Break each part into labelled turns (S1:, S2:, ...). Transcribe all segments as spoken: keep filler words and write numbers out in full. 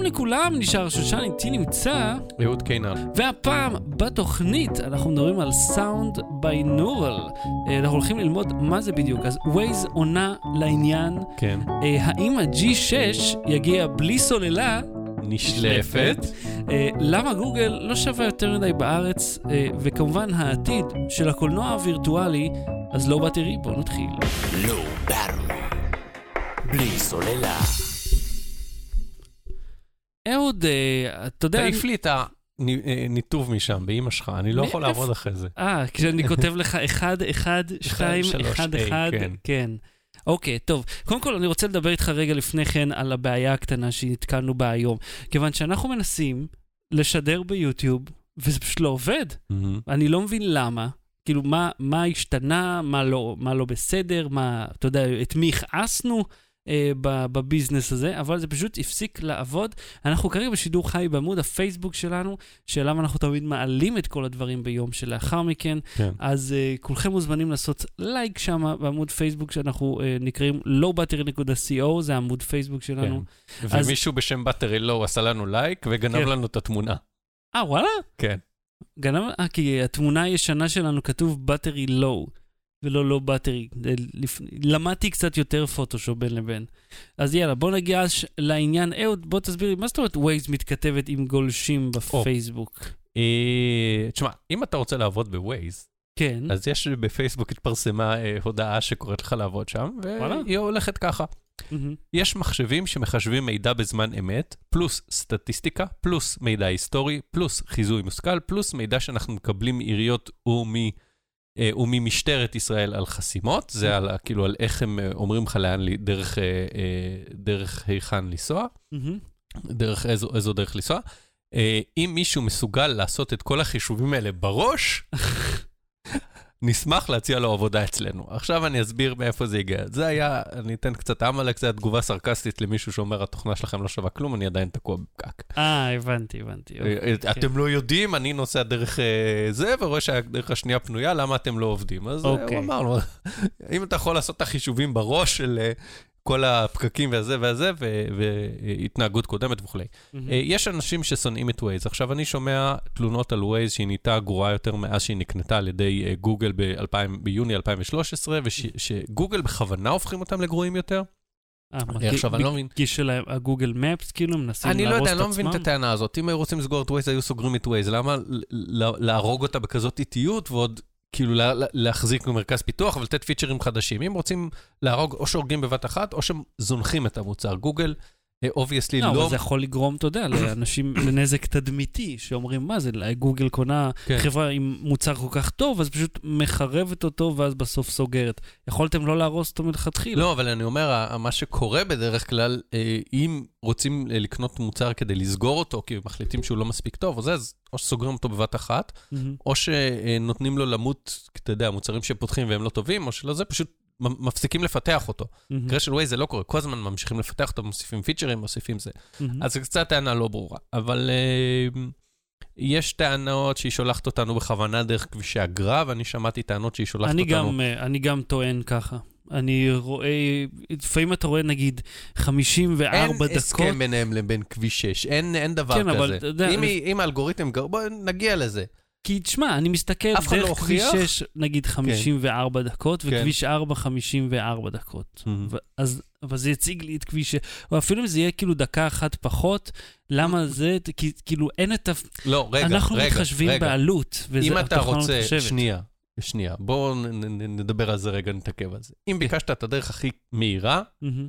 S1: שלום לכולם, נשאר שושן, איתי נמצא
S2: אהוד קינן.
S1: והפעם בתוכנית אנחנו מדברים על סאונד ביינורל. אנחנו הולכים ללמוד מה זה בדיוק. אז Waze עונה לעניין.
S2: כן.
S1: האם ה-ג'י שש יגיע בלי סוללה
S2: נשלפת?
S1: למה גוגל לא שווה יותר מדי בארץ? וכמובן העתיד של הקולנוע הווירטואלי. אז לא בטרי, בואו נתחיל.
S3: לא בטרי, בלי סוללה.
S1: אהוד, אתה יודע...
S2: תעיף לי את הניתוב משם, באמא שלך, אני לא יכול לעבוד אחרי זה.
S1: אה, כשאני כותב לך אחד, אחד, שתיים, אחד, אחד, כן. אוקיי, טוב. קודם כל, אני רוצה לדבר איתך רגע לפני כן על הבעיה הקטנה שנתקלנו בה היום. כיוון שאנחנו מנסים לשדר ביוטיוב, וזה פשוט לא עובד. אני לא מבין למה. כאילו, מה, מה השתנה, מה לא, מה לא בסדר, מה, אתה יודע, את מי הכעסנו אה, בביזנס הזה, אבל זה פשוט הפסיק לעבוד. אנחנו כרגע בשידור חי בעמוד הפייסבוק שלנו, שאליו אנחנו תמיד מעלים את כל הדברים ביום שלאחר מכן,
S2: כן.
S1: אז אה, כולכם מוזמנים לעשות לייק שם בעמוד פייסבוק שאנחנו אה, נקראים לואו בטרי נקודה סי או, זה העמוד פייסבוק שלנו.
S2: כן. ומישהו אז... בשם בטרי לואו עשה לנו לייק וגנב כן. לנו את התמונה.
S1: אה, וואלה?
S2: כן.
S1: גנב, אה, כי התמונה הישנה שלנו כתוב בטרי לואו, ולא לא בטרי. למדתי קצת יותר פוטושופ בין לבין. אז יאללה, בוא נגיע לעניין. אהוד, בוא תסביר לי, מה זאת אומרת Waze מתכתבת עם גולשים בפייסבוק?
S2: תשמע, אם אתה רוצה לעבוד בווייז,
S1: כן.
S2: אז יש בפייסבוק התפרסמה הודעה שקוראת לך לעבוד שם, והיא הולכת ככה. יש מחשבים שמחשבים מידע בזמן אמת, פלוס סטטיסטיקה, פלוס מידע היסטורי, פלוס חיזוי מושכל, פלוס מידע שאנחנו מקבלים מעיריות וממשטרת ישראל על חסימות, זה על, כאילו, על איך הם אומרים לך לאן, דרך, דרך היכן לנסוע, דרך איזו, איזו דרך לנסוע. אם מישהו מסוגל לעשות את כל החישובים האלה בראש, נשמח להציע לו עבודה אצלנו. עכשיו אני אסביר מאיפה זה הגיע. זה היה, אני אתן קצת עמלק, זה תגובה סרקסטית למישהו שאומר, התוכנה שלכם לא שווה כלום, אני עדיין תקוע בפקק.
S1: אה, הבנתי, הבנתי.
S2: אתם לא יודעים, אני נוסע דרך זה, ורואה שהדרך השנייה פנויה, למה אתם לא עובדים? אז הוא אמר לו, אם אתה יכול לעשות את החישובים בראש של כל הפקקים והזה והזה, והתנהגות קודמת וכו'. יש אנשים ששונאים את Waze. עכשיו אני שומע תלונות על Waze שהיא נהייתה גרועה יותר מאז שהיא נקנתה על ידי גוגל ביוני אלפיים ושלוש עשרה, ושגוגל בכוונה הופכים אותם לגרועים יותר. עכשיו אני לא מבין.
S1: כי של הגוגל מפס כאילו מנסים
S2: להרוס את עצמם? אני לא יודע, אני לא מבין את
S1: עצמם?
S2: הטענה הזאת. אם היו רוצים לסגור את Waze, היו סוגרים את Waze. למה להרוג אותה בכזאת איטיות ועוד כאילו להחזיק במרכז פיתוח ולתת פיצ'רים חדשים. אם רוצים להרוג או שהורגים בבת אחת, או שזונחים את המוצר. גוגל, obviously לא...
S1: לא, אבל זה יכול לגרום, אתה יודע, לאנשים לנזק תדמיתי, שאומרים, מה זה, גוגל קונה חברה עם מוצר כל כך טוב, אז פשוט מחרבת אותו, ואז בסוף סוגרת. יכולתם לא להרוס אותו מלכתחילה.
S2: לא, אבל אני אומר, מה שקורה בדרך כלל, אם רוצים לקנות מוצר כדי לסגור אותו, כי מחליטים שהוא לא מספיק טוב, או זה, אז או שסוגרים אותו בבת אחת, או שנותנים לו למות, אתה יודע, מוצרים שפותחים והם לא טובים, או שלא זה, פשוט מפסיקים לפתח אותו. קרה של Waze זה לא קורה, כל הזמן ממשיכים לפתח אותו, מוסיפים פיצ'רים, מוסיפים זה. אז זה קצת טענה לא ברורה. אבל יש טענות שהיא שולחת אותנו בכוונה דרך כבישי אגרה, ואני שמעתי טענות שהיא שולחת אותנו...
S1: אני גם טוען ככה. אני רואה, לפעמים אתה רואה נגיד חמישים וארבע דקות.
S2: אין הסכם ביניהם לבין כביש שש, אין דבר כזה. אם האלגוריתם, בוא נגיע לזה.
S1: כי תשמע, אני מסתכל דרך כביש שש, נגיד חמישים וארבע דקות, וכביש ארבע, חמישים וארבע דקות. אז, אבל זה יציג לי את כביש שש, או אפילו אם זה יהיה כאילו דקה אחת פחות, למה זה, כי כאילו אין את ה...
S2: לא, רגע, רגע.
S1: אנחנו מתחשבים בעלות,
S2: אם אתה רוצה, שנייה, שנייה, בואו נדבר על זה רגע, נתעכב על זה. אם ביקשת את הדרך הכי מהירה,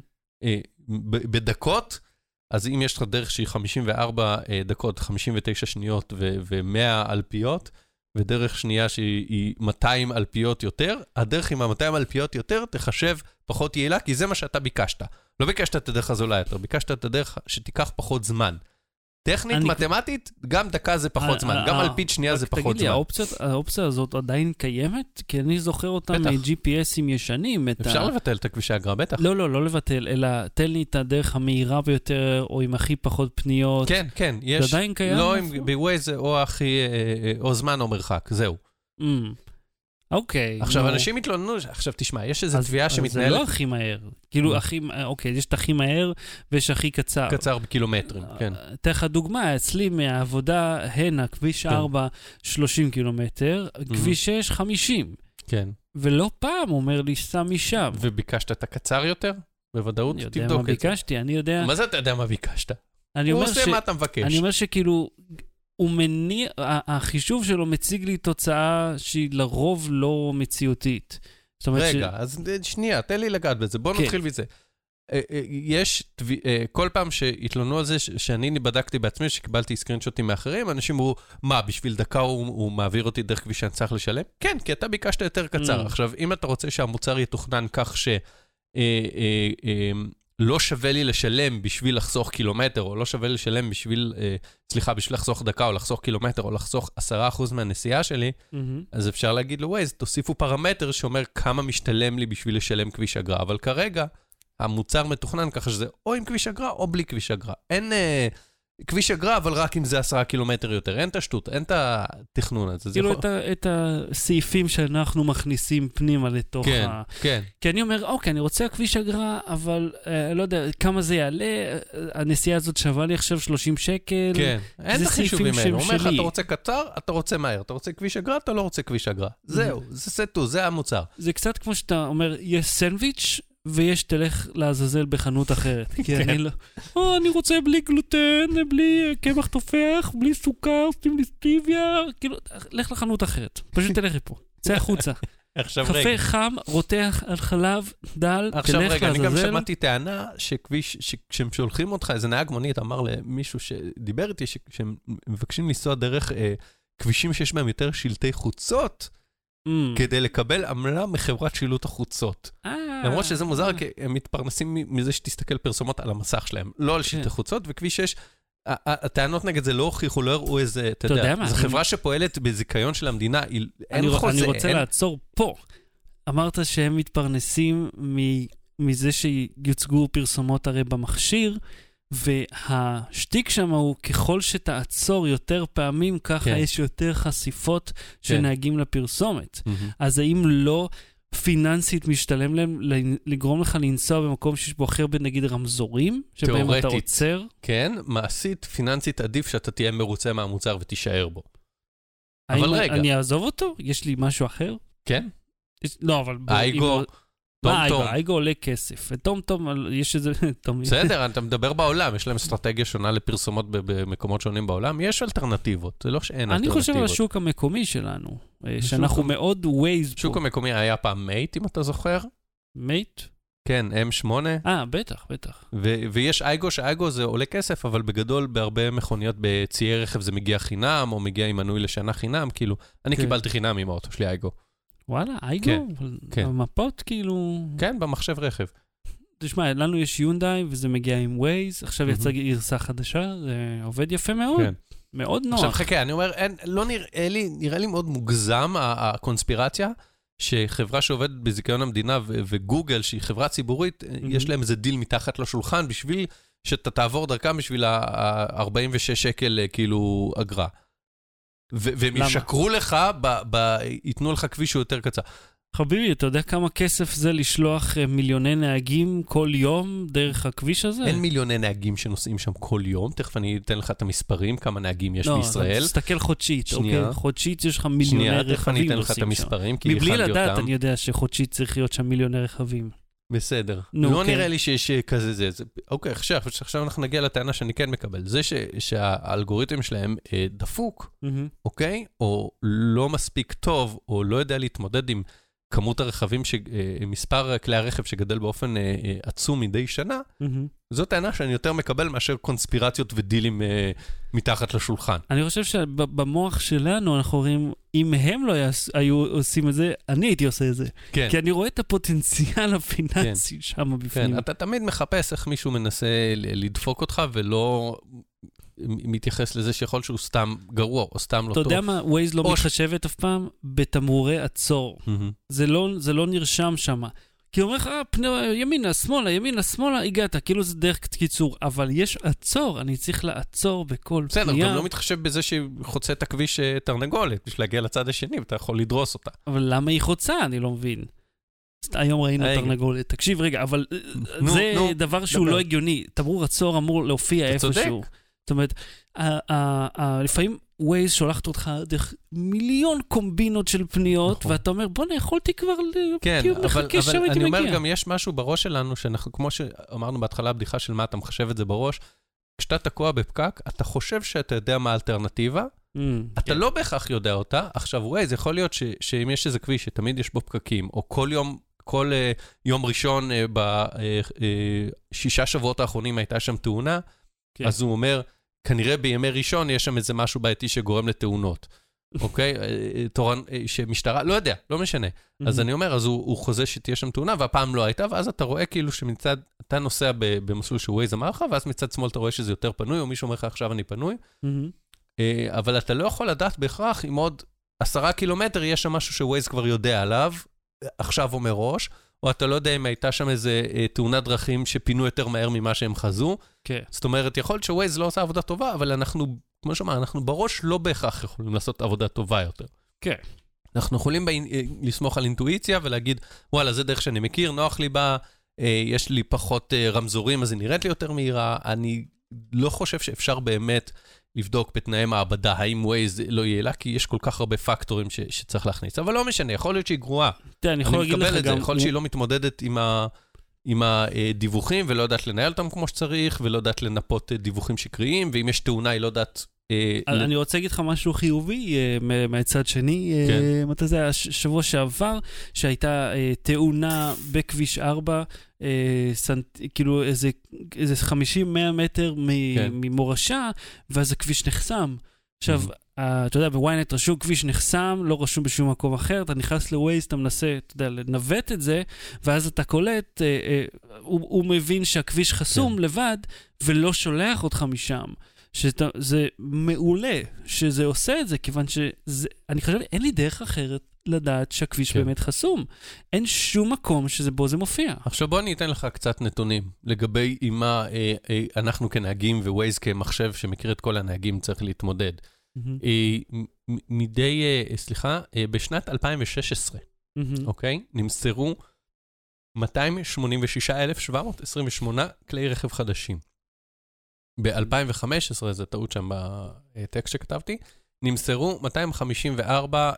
S2: בדקות, אז אם יש לך דרך שהיא חמישים וארבע דקות, חמישים ותשע שניות ו-מאה אלפיות, ודרך שנייה שהיא מאתיים אלפיות יותר, הדרך עם ה-מאתיים אלפיות יותר תחשב פחות יעילה, כי זה מה שאתה ביקשת. לא ביקשת את הדרך הזולה יותר, ביקשת את הדרך שתיקח פחות זמן. טכנית, מתמטית, גם דקה זה פחות זמן, גם אלפית שנייה זה פחות זמן.
S1: תגיד לי, האופציה הזאת עדיין קיימת? כי אני זוכר אותה מ-ג'י פי אסים ישנים.
S2: אפשר לבטל את הכבישי אגרה, בטח.
S1: לא, לא, לא לבטל, אלא תן לי את הדרך המהירה ביותר, או עם הכי פחות פניות.
S2: כן, כן, יש.
S1: זה עדיין קיים?
S2: לא, בווייז זה או הכי, או זמן או מרחק, זהו.
S1: אוקיי.
S2: עכשיו, אנשים מתלוננו, עכשיו תשמע, יש איזו תביעה שמתנהלת...
S1: זה לא הכי מהר. כאילו, הכי, אוקיי, יש את הכי מהר ויש הכי קצר.
S2: קצר בקילומטרים, כן.
S1: אתן לך דוגמה, אצלי מהעבודה, הנה, כביש ארבע, שלושים קילומטר, כביש שש, חמישים.
S2: כן.
S1: ולא פעם אומר לי, סע משם.
S2: וביקשת את הקצר יותר? בוודאות, תבדוק את זה.
S1: אני יודע מה ביקשתי, אני יודע...
S2: מה זה אתה יודע מה ביקשת?
S1: הוא
S2: עושה מה אתה מבקש.
S1: אני אומר שכאילו... הוא מניע, החישוב שלו מציג לי תוצאה שהיא לרוב לא מציאותית.
S2: רגע, אז שנייה, תן לי לגעת בזה, בוא נתחיל בזה. יש, כל פעם שהתלונו על זה, שאני בדקתי בעצמי, שקיבלתי סקרינשוטים מאחרים, אנשים אמרו, מה, בשביל דקה הוא מעביר אותי דרך כביש שאני צריך לשלם? כן, כי אתה ביקשת יותר קצר. עכשיו, אם אתה רוצה שהמוצר יתוכנן כך ש... לא שווה לי לשלם בשביל לחסוך קילומטר, או לא שווה לי לשלם בשביל, אה, סליחה, בשביל לחסוך דקה, או לחסוך קילומטר, או לחסוך עשרה אחוז מהנסיעה שלי, mm-hmm. אז אפשר להגיד לו, ווייז, תוסיפו פרמטר שאומר כמה משתלם לי בשביל לשלם כביש אגרה, אבל כרגע, המוצר מתוכנן ככה שזה או עם כביש אגרה, או בלי כביש אגרה. אין אה, כביש אגרה, אבל רק אם זה עשרה קילומטר יותר. אין את השטות, אין את התכנון הזה.
S1: כאילו יכול... את, את הסעיפים שאנחנו מכניסים פנימה לתוך
S2: כן,
S1: ה...
S2: כן.
S1: כי אני אומר, אוקיי, אני רוצה כביש אגרה, אבל אה, לא יודע, כמה זה יעלה, הנסיעה הזאת שווה לי עכשיו שלושים שקל.
S2: כן, אין את החישובים האלה. הוא אומר לך, אתה רוצה קצר, אתה רוצה מהר. אתה רוצה כביש אגרה, אתה לא רוצה כביש אגרה. זהו, זה סטו, זה המוצר.
S1: זה קצת כמו שאתה אומר, יש סנדוויץ', ויש תלך לעזאזל בחנות אחרת. כי אני לא... או, אני רוצה בלי גלוטן, בלי קמח תופח, בלי סוכר, שים לי סטיביה, כאילו, לך לחנות אחרת. פשוט תלך לפה. צא החוצה. קפה חם, רותח על חלב, דל, תלך לעזאזל.
S2: עכשיו רגע, אני גם שמעתי טענה שכביש, שכשהם שולחים אותך, איזה נהג מונית אמר למישהו שדיבר איתי, שכשהם מבקשים לנסוע דרך כבישים שיש בהם יותר שלטי חוצות, כדי לקבל עמלה מחברת שילוט החוצות. למרות שזה מוזר, כי הם מתפרנסים מזה שתסתכל פרסומות על המסך שלהם, לא על שלטי חוצות, וכביש שש, הטענות נגד זה לא הוכיחו, לא הראו איזה, אתה יודע, זו חברה שפועלת בזיכיון של המדינה, אין חוזה.
S1: אני רוצה לעצור פה. אמרת שהם מתפרנסים מזה שיוצגו פרסומות הרי במכשיר, והשתיק שם הוא ככל שתעצור יותר פעמים, ככה יש יותר חשיפות שנהגים לפרסומת. אז האם לא פיננסית משתלם להם לגרום לך לנסוע במקום שיש בו אחר בנגיד רמזורים, שבהם אתה עוצר?
S2: כן, מעשית, פיננסית עדיף שאתה תהיה מרוצה מהמוצר ותישאר בו. אבל רגע.
S1: אני אעזוב אותו? יש לי משהו אחר?
S2: כן.
S1: לא, אבל...
S2: האיגו...
S1: מה אייגו? האייגו עולה כסף. וטום טום, יש איזה...
S2: בסדר, אתה מדבר בעולם, יש להם אסטרטגיה שונה לפרסומות במקומות שונים בעולם, יש אלטרנטיבות, זה לא שאין אלטרנטיבות.
S1: אני חושב על השוק המקומי שלנו, שאנחנו מאוד ווייז פה.
S2: שוק המקומי היה פעם מייט, אם אתה זוכר?
S1: מייט?
S2: כן, אם שמונה.
S1: אה, בטח, בטח.
S2: ויש אייגו, שאייגו זה עולה כסף, אבל בגדול בהרבה מכוניות בציי רכב זה מגיע חינם, או מגיע עם מנוי לשנה חינם, כאילו, אני קיבלתי חינם עם האוטו שלי אייגו.
S1: וואלה, אייגו?
S2: כן.
S1: במפות כאילו...
S2: כן, במחשב רכב.
S1: תשמע, לנו יש יונדאי וזה מגיע עם ווייז, עכשיו יצא גרסה חדשה, זה עובד יפה מאוד. כן. מאוד נוח.
S2: עכשיו חכה, אני אומר, אין, לא נראה לי, נראה לי מאוד מוגזם הקונספירציה, שחברה שעובדת בזיכיון המדינה ו- וגוגל, שהיא חברה ציבורית, mm-hmm. יש להם איזה דיל מתחת לשולחן, בשביל שאתה תעבור דרכם בשביל ה-ארבעים ושש שקל כאילו אגרה. ו- והם ישקרו לך, ב- ב- ייתנו לך כביש שהוא יותר קצר.
S1: חביבי, אתה יודע כמה כסף זה לשלוח מיליוני נהגים כל יום דרך הכביש הזה?
S2: אין מיליוני נהגים שנוסעים שם כל יום, תכף אני אתן לך את המספרים, כמה נהגים יש
S1: לא,
S2: בישראל.
S1: לא, תסתכל חודשית, אוקיי? חודשית יש לך מיליוני
S2: שנייה,
S1: רכבים
S2: תכף אני אתן לך את המספרים, כי
S1: מבלי לדעת, אני יודע שחודשית צריך להיות שם מיליוני רכבים.
S2: בסדר. לא כן. נראה לי שיש כזה זה. זה אוקיי, עכשיו, עכשיו אנחנו נגיע לטענה שאני כן מקבל. זה ש, שהאלגוריתם שלהם אה, דפוק, mm-hmm. אוקיי? או לא מספיק טוב, או לא יודע להתמודד עם כמות הרכבים, ש, אה, מספר כלי הרכב שגדל באופן אה, אה, עצום מדי שנה, mm-hmm. זאת טענה שאני יותר מקבל מאשר קונספירציות ודילים אה, מתחת לשולחן.
S1: אני חושב שבמוח שלנו אנחנו רואים, אם הם לא יעש, היו עושים את זה, אני הייתי עושה את זה. כן. כי אני רואה את הפוטנציאל הפיננסי כן. שם בפנים.
S2: כן, אתה תמיד מחפש איך מישהו מנסה לדפוק אותך, ולא מתייחס לזה שיכול שהוא סתם גרוע, או סתם לא טוב.
S1: אתה יודע מה, ווייז לא מתחשבת אף פעם? בתמרורי עצור. זה לא, זה לא נרשם שם. כי הוא אומר לך, ימינה, שמאלה, ימינה, שמאלה, הגעת, כאילו זה דרך קיצור, אבל יש עצור, אני צריך לעצור בכל פנייה.
S2: בסדר, גם לא מתחשב בזה שחוצה את הכביש תרנגולת, בשביל להגיע לצד השני, ואתה יכול לדרוס אותה.
S1: אבל למה היא חוצה? אני לא מבין. היום ראינו תרנגולת. תקשיב רגע, אבל זה דבר שהוא לא הגיוני. תמרור עצור אמור להופיע איפשהו. זאת אומרת, לפעמים ווייז שולחת אותך דרך מיליון קומבינות של פניות, ואתה אומר, בוא יכולתי כבר,
S2: כן, אבל אני אומר גם, יש משהו בראש שלנו, שאנחנו, כמו שאמרנו בהתחלה, הבדיחה של מה אתה מחשב את זה בראש, כשאתה תקוע בפקק, אתה חושב שאתה יודע מה האלטרנטיבה, אתה לא בהכרח יודע אותה, עכשיו ווייז, יכול להיות שאם יש איזה כביש, שתמיד יש בו פקקים, או כל יום, כל יום ראשון בשישה שבועות האחרונים הייתה שם תאונה, אז הוא אומר, כנראה בימי ראשון יש שם איזה משהו בעייתי שגורם לתאונות. אוקיי? תורן, שמשטרה, לא יודע, לא משנה. אז אני אומר, אז הוא חוזה שתהיה שם תאונה, והפעם לא הייתה, ואז אתה רואה כאילו שמצד, אתה נוסע במסלול שווייז אמר לך, ואז מצד שמאל אתה רואה שזה יותר פנוי, או מישהו אומר לך, עכשיו אני פנוי. אבל אתה לא יכול לדעת בהכרח, אם עוד עשרה קילומטר יש שם משהו שווייז כבר יודע עליו, עכשיו או מראש, או אתה לא יודע אם הייתה שם איזה תאונת דרכים שפינו יותר מהר ממה שהם חזו. כן. זאת אומרת, יכול להיות שווייז לא עושה עבודה טובה, אבל אנחנו, כמו שאומר, אנחנו בראש לא בהכרח יכולים לעשות עבודה טובה יותר.
S1: כן.
S2: אנחנו יכולים לסמוך על אינטואיציה ולהגיד, וואלה, זה דרך שאני מכיר, נוח לי בה, יש לי פחות רמזורים, אז היא נראית לי יותר מהירה. אני לא חושב שאפשר באמת לבדוק בתנאי מעבדה, האם ווייז לא יהיה לה, כי יש כל כך הרבה פקטורים ש, שצריך להכניס. אבל לא משנה, יכול להיות שהיא גרועה.
S1: תראה, אני יכול להגיד לך גם...
S2: יכול להיות שהיא לא מתמודדת עם, ה, עם הדיווחים, ולא יודעת לנהל אותם כמו שצריך, ולא יודעת לנפות דיווחים שקריים, ואם יש תאונה, היא לא יודעת...
S1: אני רוצה להגיד לך משהו חיובי מהצד שני, מתי זה היה שבוע שעבר, שהייתה תאונה בכביש ארבע, כאילו איזה חמישים מאה מטר ממורשה, ואז הכביש נחסם. עכשיו, אתה יודע, בוויינט רשום כביש נחסם, לא רשום בשום מקום אחר, אתה נכנס לווייז, אתה מנסה, אתה יודע, לנווט את זה, ואז אתה קולט, הוא מבין שהכביש חסום לבד, ולא שולח אותך משם. שזה מעולה שזה עושה את זה, כיוון שאני חושב, אין לי דרך אחרת לדעת שהכביש באמת חסום. אין שום מקום שזה בו זה מופיע.
S2: עכשיו בוא אני אתן לך קצת נתונים, לגבי עם מה אנחנו כנהגים ווייז כמחשב שמכיר את כל הנהגים צריך להתמודד. מדי, סליחה, בשנת אלפיים ושש עשרה, אוקיי? נמסרו מאתיים שמונים ושישה אלף שבע מאות עשרים ושמונה כלי רכב חדשים. ב-אלפיים וחמש עשרה, זו טעות שם בטקסט שכתבתי, נמסרו מאתיים חמישים וארבעה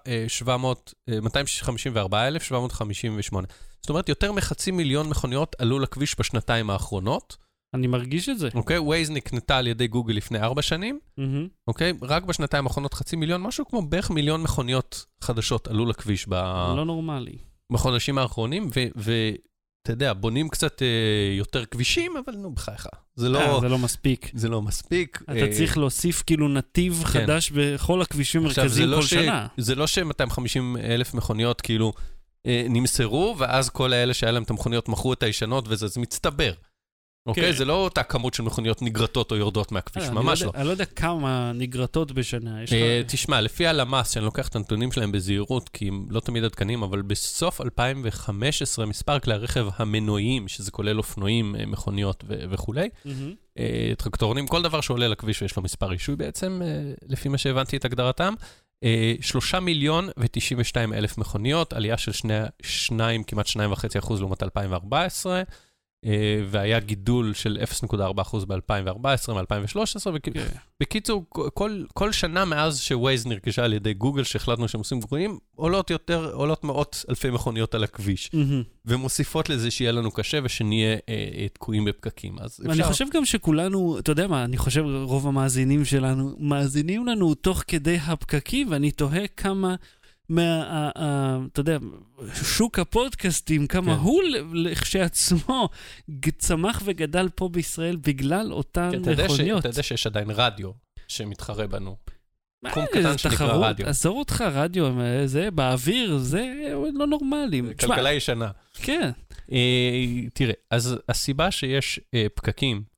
S2: אלף שבע מאות חמישים ושמונה. זאת אומרת, יותר מחצי מיליון מכוניות עלו לכביש בשנתיים האחרונות.
S1: אני מרגיש את זה.
S2: אוקיי, ווייז נקנתה על ידי גוגל לפני ארבע שנים. אוקיי, רק בשנתיים האחרונות חצי מיליון, משהו כמו בערך מיליון מכוניות חדשות עלו לכביש
S1: לא נורמלי.
S2: בחודשים האחרונים, ו... אתה יודע, בונים קצת אה, יותר כבישים, אבל נו, בחייך. זה לא...
S1: אה, זה לא מספיק.
S2: זה לא מספיק.
S1: אתה אה, צריך להוסיף כאילו נתיב כן. חדש בכל הכבישים מרכזיים כל
S2: ש...
S1: שנה.
S2: זה לא ש-מאתיים וחמישים אלף מכוניות כאילו אה, נמסרו, ואז כל האלה שהיה להם את המכוניות מכרו את הישנות, וזה זה מצטבר. אוקיי? זה לא אותה כמות של מכוניות נגרטות או יורדות מהכביש, ממש לא.
S1: אני לא יודע כמה נגרטות בשנה.
S2: תשמע, לפי הלמ"ס, שאני לוקח את הנתונים שלהם בזהירות, כי הם לא תמיד עדכנים, אבל בסוף אלפיים וחמש עשרה, מספר כלי הרכב המנועיים, שזה כולל אופנועים, מכוניות וכו', טרקטורונים, כל דבר שעולה לכביש ויש לו מספר רישוי בעצם, לפי מה שהבנתי את הגדרתם, שלושה מיליון ותשעים ושתיים אלף מכוניות, עלייה של שניים, כמעט שניים וחצי אחוז לעומת אלפיים וארבע עשרה, והיה גידול של אפס נקודה ארבע אחוז ב-אלפיים וארבע עשרה, מ-אלפיים ושלוש עשרה, בקיצור, כל שנה מאז שווייז נרכשה על ידי גוגל, שהחלטנו שהם עושים גרועים, עולות יותר, עולות מאות אלפי מכוניות על הכביש, ומוסיפות לזה שיהיה לנו קשה, ושנהיה תקועים בפקקים.
S1: אני חושב גם שכולנו, אתה יודע מה, אני חושב רוב המאזינים שלנו, מאזינים לנו תוך כדי הפקקים, ואני תוהה כמה... מה, אתה יודע, שוק הפודקאסטים, כמה הוא כשעצמו צמח וגדל פה בישראל בגלל אותן מכוניות.
S2: אתה יודע שיש עדיין רדיו שמתחרה בנו. תחום קטן שנקרא רדיו.
S1: עזור אותך רדיו, זה באוויר, זה לא נורמלי.
S2: כלכלה ישנה.
S1: כן.
S2: תראה, אז הסיבה שיש פקקים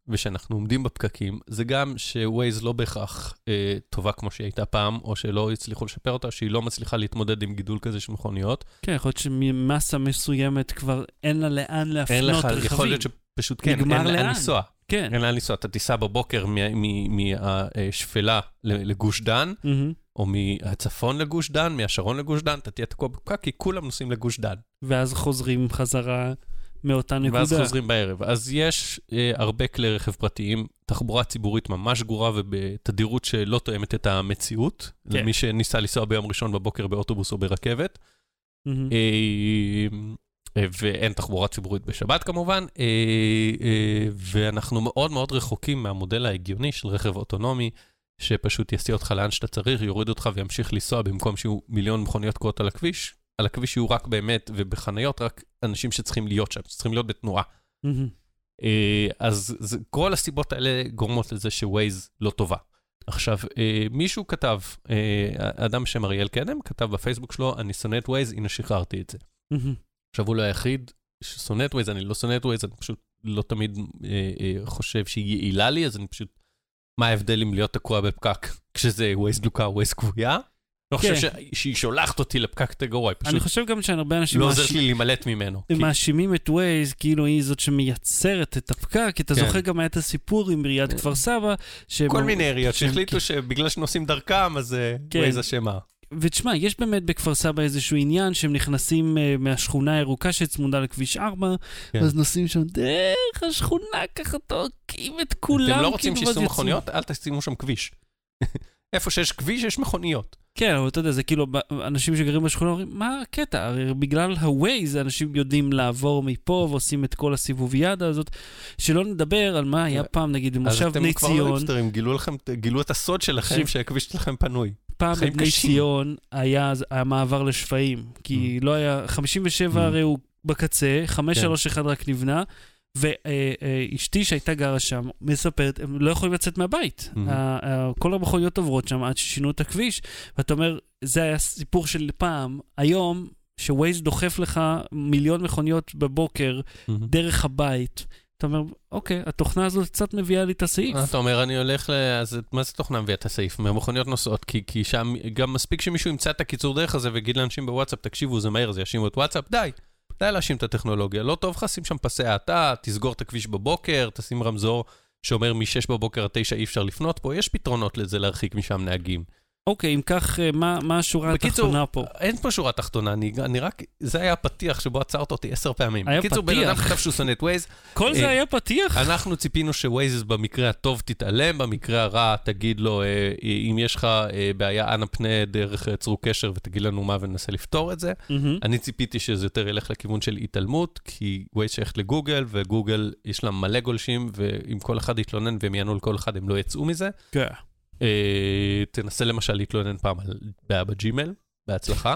S2: ושאנחנו עומדים בפקקים, זה גם שווייז לא בהכרח אה, טובה כמו שהיא הייתה פעם, או שלא הצליחו לשפר אותה, שהיא לא מצליחה להתמודד עם גידול כזה של מכוניות.
S1: כן, יכול להיות שממסה מסוימת כבר אין לה לאן להפנות
S2: אין לך,
S1: רכבים.
S2: יכול להיות שפשוט כן, אין לאן לנסוע.
S1: כן.
S2: אין לאן לנסוע, אתה תיסע בבוקר מהשפלה לגוש דן, או מהצפון לגוש דן, מהשרון לגוש דן, אתה תהיה תקוע בפקק, כי כולם נוסעים לגוש דן.
S1: ואז חוזרים חזרה מאותה נקודה.
S2: ואז חוזרים בערב. אז יש אה, הרבה כלי רכב פרטיים, תחבורה ציבורית ממש גרועה ובתדירות שלא תואמת את המציאות, כן. למי שניסה לנסוע ביום ראשון בבוקר באוטובוס או ברכבת. Mm-hmm. אה, אה, ואין תחבורה ציבורית בשבת כמובן, אה, אה, ואנחנו מאוד מאוד רחוקים מהמודל ההגיוני של רכב אוטונומי, שפשוט יסיע אותך לאן שאתה צריך, יוריד אותך וימשיך לנסוע במקום שיהיו מיליון מכוניות קורות על הכביש. על הכביש יהיו רק באמת, ובחניות רק אנשים שצריכים להיות שם, שצריכים להיות בתנועה. אז כל הסיבות האלה גורמות לזה שווייז לא טובה. עכשיו, מישהו כתב, אדם בשם אריאל קדם, כתב בפייסבוק שלו, אני שונא את ווייז, הנה שחררתי את זה. עכשיו הוא לא היחיד ששונא את ווייז, אני לא שונא את ווייז, אני פשוט לא תמיד חושב שהיא יעילה לי, אז אני פשוט, מה ההבדל אם להיות תקוע בפקק, כשזה ווייז דלוקה או ווייז קבועה? אני חושב שהיא שולחת אותי לפקק תגרוע,
S1: אני חושב גם שהרבה אנשים
S2: לא עוזרת לי להימלט ממנו.
S1: הם מאשימים את ווייז, כאילו היא זאת שמייצרת את הפקק, כי אתה זוכר גם היה את הסיפור עם עיריית כפר סבא.
S2: כל מיני עיריות שהחליטו שבגלל שנוסעים דרכם, אז ווייז אשמה.
S1: ותשמע, יש באמת בכפר סבא איזשהו עניין שהם נכנסים מהשכונה הירוקה שצמודה לכביש ארבע, אז נוסעים שם דרך השכונה ככה תוקעים את כולם.
S2: אתם לא רוצים שיסעו מכוניות? אל תשימו שם כביש. איפה שיש כביש יש מכוניות.
S1: כן, אבל אתה יודע, זה כאילו, אנשים שגרים בשכונה אומרים, מה הקטע? הרי בגלל הווייז, אנשים יודעים לעבור מפה, ועושים את כל הסיבוביאדה הזאת, שלא נדבר על מה היה פעם, נגיד, במושב בני ציון. אז אתם כבר לא היפסטרים,
S2: גילו את הסוד שלכם, שהכביש שלכם פנוי.
S1: פעם בבני ציון היה מעבר לשפעים, כי לא היה, חמישים ושבע הרי הוא בקצה, חמש שלוש אחד רק נבנה, ואשתי שהייתה גרה שם, מספרת, הם לא יכולים לצאת מהבית. כל המכוניות עוברות שם עד ששינו את הכביש, ואתה אומר, זה היה סיפור של פעם. היום, שווייז דוחף לך מיליון מכוניות בבוקר, דרך הבית, אתה אומר, אוקיי, התוכנה הזאת קצת מביאה לי את הסעיף.
S2: אתה אומר, אני הולך ל... אז מה זה תוכנה מביאה את הסעיף? מהמכוניות נוסעות, כי שם גם מספיק שמישהו ימצא את הקיצור דרך הזה, ויגיד לאנשים בוואטסאפ, תקשיבו, זה מהר, זה ישימו את וואטסאפ, די. די להאשים את הטכנולוגיה, לא טוב לך, שים שם פסי האטה, תסגור את הכביש בבוקר, תשים רמזור שאומר מ-שש בבוקר עד תשע אי אפשר לפנות פה, יש פתרונות לזה להרחיק משם נהגים.
S1: אוקיי, אם כך, מה, מה השורה התחתונה פה?
S2: אין פה שורה תחתונה, אני, אני רק, זה היה פתיח שבו עצרת אותי עשר פעמים.
S1: היה
S2: בקיצור,
S1: פתיח.
S2: בן אדם כתב שהוא שונא את ווייז.
S1: כל זה היה פתיח?
S2: אנחנו ציפינו שווייז במקרה הטוב תתעלם, במקרה הרע תגיד לו, אם יש לך בעיה, אנא פנה דרך צרו קשר ותגיד לנו מה וננסה לפתור את זה. אני ציפיתי שזה יותר ילך לכיוון של התעלמות, כי ווייז שייכת לגוגל, וגוגל יש לה מלא גולשים, ואם כל אחד יתלונן והם יענו לכל אחד, הם לא יצאו מזה.
S1: כן.
S2: תנסה למשל להתלונן פעם על בעיה בג'ימל, בהצלחה.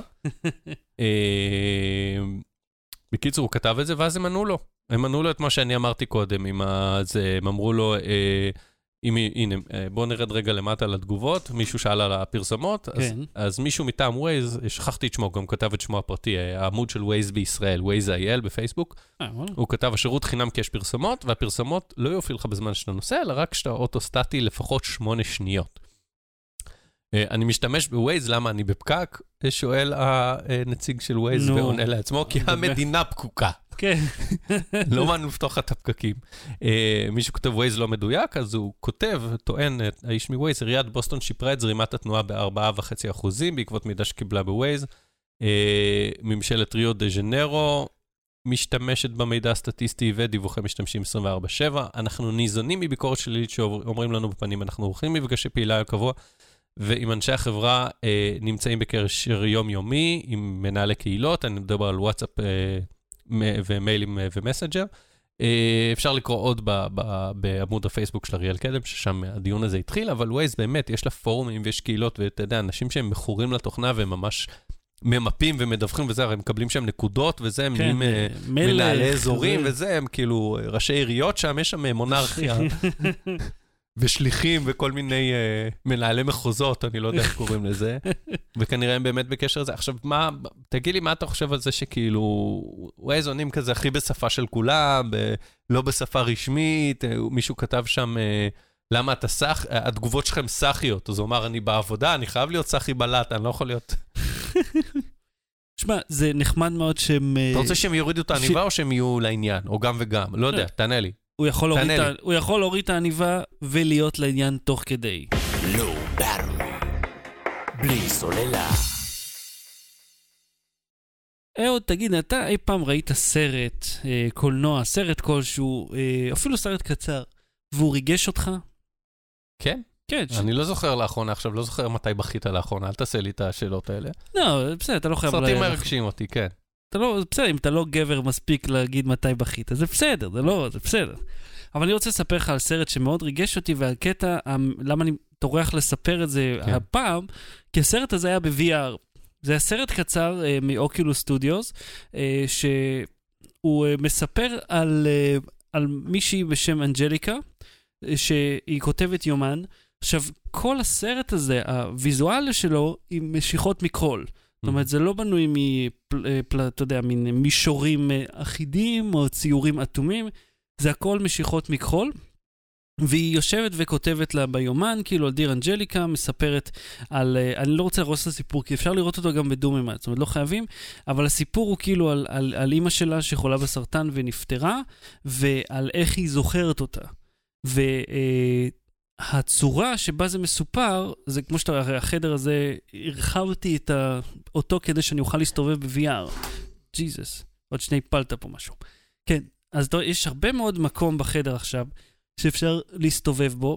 S2: בקיצור, הוא כתב את זה, ואז הם ענו לו. הם ענו לו את מה שאני אמרתי קודם, הם אמרו לו, הנה, בואו נרד רגע למטה לתגובות, מישהו שאל על הפרסומות, אז מישהו מטעם ווייז, שכחתי את שמו, גם כתב את שמו הפרטי, העמוד של ווייז בישראל, ווייז איי אל בפייסבוק, הוא כתב, השירות חינם כי יש פרסומות, והפרסומות לא יופיע לך בזמן שאתה נוסע, אלא רק שאתה אוטוסטטי לפחות שמונה שניות. אני משתמש בווייז, למה אני בפקק? שואל הנציג של ווייז ועונה לעצמו, כי המדינה פקוקה.
S1: כן.
S2: לא מענו לפתוח את הפקקים. מישהו כותב ווייז לא מדויק, אז הוא כותב, טוען, האיש מווייז, עיריית בוסטון שיפרה את זרימת התנועה ב-ארבעה וחצי אחוזים, בעקבות מידע שקיבלה בווייז. ממשלת ריו דה ז'נרו משתמשת במידע הסטטיסטי ודיווחי משתמשים עשרים וארבע שבע. אנחנו ניזונים מביקורת שלילית שאומרים לנו בפנים, אנחנו עורכים מפגשי פעילה קבוע, ועם אנשי החברה אה, נמצאים בקשר יומיומי, עם מנהלי קהילות, אני מדבר על וואטסאפ אה, ומיילים אה, ומסנג'ר. אה, אפשר לקרוא עוד ב, ב, בעמוד הפייסבוק של אריאל קדם, ששם הדיון הזה התחיל, אבל ווייז באמת, יש לה פורומים ויש קהילות, ואתה יודע, אנשים שהם מכורים לתוכנה והם ממש ממפים ומדווחים וזה, הם מקבלים שם נקודות וזה, הם נהיים כן, מנהלי אזורים וזה, הם כאילו ראשי עיריות שם, יש שם מונרכיה. ושליחים וכל מיני uh, מנהלי מחוזות, אני לא יודע איך קוראים לזה, וכנראה הם באמת בקשר לזה. עכשיו, מה, תגיד לי מה אתה חושב על זה שכאילו, ווייז עונים כזה הכי בשפה של כולם, ב, לא בשפה רשמית, מישהו כתב שם, uh, למה אתה סח, התגובות שלכם סחיות, אז הוא אמר, אני בעבודה, אני חייב להיות סחי בלט, אני לא יכול להיות...
S1: תשמע, זה נחמד מאוד שהם...
S2: אתה רוצה שהם יורידו את העניבה או שהם יהיו לעניין, או גם וגם? לא יודע, תענה לי.
S1: הוא יכול, להוריד, הוא יכול להוריד את העניבה ולהיות לעניין תוך כדי.
S3: לא ברור. בלי סוללה.
S1: אהוד, תגיד, אתה אי פעם ראית סרט, אה, קולנוע, סרט כלשהו, אה, אפילו סרט קצר, והוא ריגש אותך?
S2: כן.
S1: כן.
S2: אני לא זוכר לאחרונה, עכשיו לא זוכר מתי בכית לאחרונה, אל תעשה לי את השאלות האלה.
S1: לא, בסדר, אתה לא חייב...
S2: סרטים מרגשים אותי, כן.
S1: אתה לא, בסדר, אם אתה לא גבר מספיק להגיד מתי בכית, זה בסדר, זה לא, זה בסדר. אבל אני רוצה לספר לך על סרט שמאוד ריגש אותי, והקטע, למה אני טורח לספר את זה כן. הפעם, כי הסרט הזה היה ב-וי אר. זה היה סרט קצר uh, מאוקולוס סטודיוס, uh, שהוא uh, מספר על, uh, על מישהי בשם אנג'ליקה, uh, שהיא כותבת יומן. עכשיו, כל הסרט הזה, הוויזואליה שלו, היא משיכות מקרול. זאת אומרת, זה לא בנוי מפל, אתה יודע, מין מישורים אחידים או ציורים אטומים, זה הכל משיכות מכחול, והיא יושבת וכותבת לה ביומן, כאילו על דיר אנג'ליקה, מספרת על, אני לא רוצה לרוס את הסיפור, כי אפשר לראות אותו גם בדוממה, זאת אומרת, לא חייבים, אבל הסיפור הוא כאילו על, על, על אמא שלה שחולה בסרטן ונפטרה, ועל איך היא זוכרת אותה. ו... הצורה שבה זה מסופר, זה כמו שאתה, הרי החדר הזה, הרחבתי את ה... אותו כדי שאני אוכל להסתובב ב-וי אר. ג'יזוס, עוד שני פלטה פה משהו. כן, אז יש הרבה מאוד מקום בחדר עכשיו, שאפשר להסתובב בו,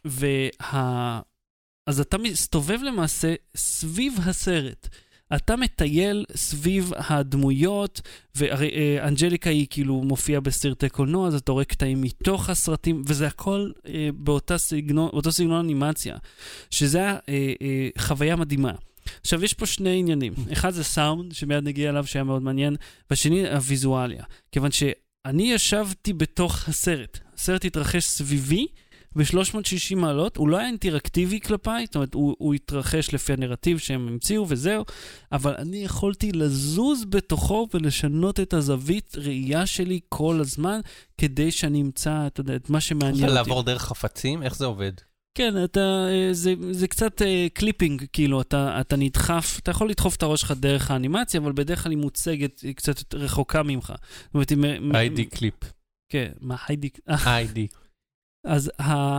S1: וה... אז אתה מסתובב למעשה סביב הסרט. אתה מטייל סביב הדמויות, והרי אה, אנג'ליקה היא כאילו מופיעה בסרטי קולנוע, אז אתה רואה קטעים מתוך הסרטים, וזה הכל אה, באותה סגנון, באותו סגנון אנימציה, שזה היה אה, אה, חוויה מדהימה. עכשיו, יש פה שני עניינים. אחד זה סאונד, שמיד נגיע אליו שהיה מאוד מעניין, והשני, הוויזואליה. כיוון שאני ישבתי בתוך הסרט. הסרט התרחש סביבי, ב-שלוש מאות ושישים מעלות, הוא לא היה אינטראקטיבי כלפיי, זאת אומרת, הוא, הוא התרחש לפי הנרטיב שהם המציאו וזהו, אבל אני יכולתי לזוז בתוכו ולשנות את הזווית ראייה שלי כל הזמן, כדי שאני אמצא, אתה יודע, את מה שמעניין אותי.
S2: לעבור דרך חפצים? איך זה עובד?
S1: כן, אתה, זה, זה קצת קליפינג, כאילו, אתה, אתה נדחף, אתה יכול לדחוף את הראש שלך דרך האנימציה, אבל בדרך כלל היא מוצגת קצת רחוקה ממך. זאת אומרת,
S2: איי די קליפ.
S1: כן, מה, איי די?
S2: איי די.
S1: אז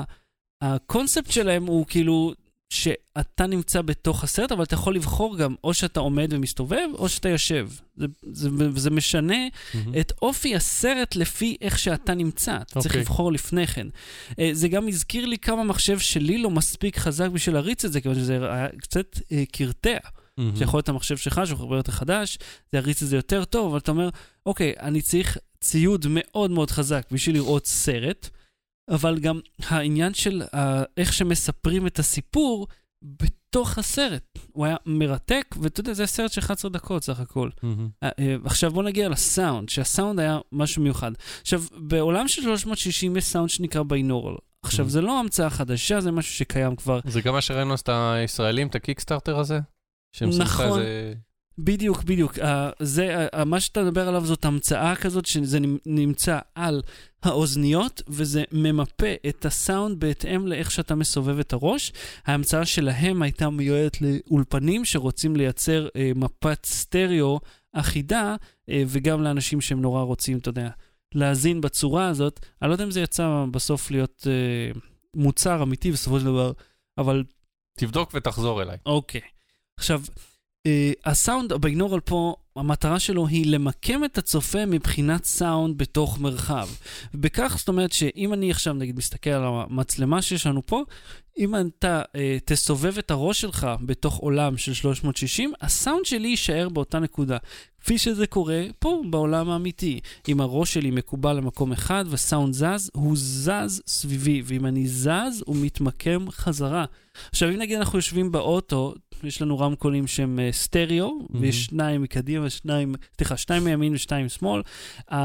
S1: הקונספט שלהם הוא כאילו שאתה נמצא בתוך הסרט, אבל אתה יכול לבחור גם או שאתה עומד ומסתובב, או שאתה יושב. זה, זה, וזה משנה mm-hmm. את אופי הסרט לפי איך שאתה נמצא. אתה okay. צריך לבחור לפני כן. זה גם הזכיר לי כמה מחשב שלי לא מספיק חזק בשביל להריץ את זה, כי זה קצת קרטע. Mm-hmm. שיכול להיות המחשב שלך, שהוא הרבה יותר חדש, זה יריץ את זה יותר טוב, אבל אתה אומר, אוקיי, אני צריך ציוד מאוד מאוד חזק בשביל לראות סרט, אבל גם העניין של uh, איך שמספרים את הסיפור בתוך הסרט. הוא היה מרתק, ואתה יודע, זה סרט של אחת עשרה דקות סך הכל. Mm-hmm. Uh, uh, עכשיו בוא נגיע לסאונד, שהסאונד היה משהו מיוחד. עכשיו, בעולם של שלוש מאות ושישים יש סאונד שנקרא ביינורל. עכשיו, mm-hmm. זה לא המצאה חדשה, זה משהו שקיים כבר.
S2: זה גם מה שראינו את הישראלים, את הקיקסטארטר הזה?
S1: נכון. זה... בדיוק, בדיוק. Uh, זה, uh, מה שאתה מדבר עליו זאת המצאה כזאת, שזה נמצא על האוזניות, וזה ממפה את הסאונד בהתאם לאיך שאתה מסובב את הראש. ההמצאה שלהם הייתה מיועדת לאולפנים שרוצים לייצר uh, מפת סטריאו אחידה, uh, וגם לאנשים שהם נורא רוצים, אתה יודע, להזין בצורה הזאת. אני לא יודע אם זה יצא בסוף להיות uh, מוצר אמיתי בסופו של דבר, אבל...
S2: תבדוק ותחזור אליי.
S1: אוקיי. Okay. עכשיו... Uh, הסאונד, הביינורל פה, המטרה שלו היא למקם את הצופה מבחינת סאונד בתוך מרחב. ובכך, זאת אומרת שאם אני עכשיו, נגיד, מסתכל על המצלמה שיש לנו פה, אם אתה uh, תסובב את הראש שלך בתוך עולם של שלוש מאות ושישים, הסאונד שלי יישאר באותה נקודה. כפי שזה קורה פה בעולם האמיתי. אם הראש שלי מקובל למקום אחד וסאונד זז, הוא זז סביבי. ואם אני זז, הוא מתמקם חזרה. עכשיו, אם נגיד אנחנו יושבים באוטו, יש לנו רמקולים שהם סטריאו, mm-hmm. ויש שניים מקדימה ושניים, סליחה, שניים מימין ושניים שמאל.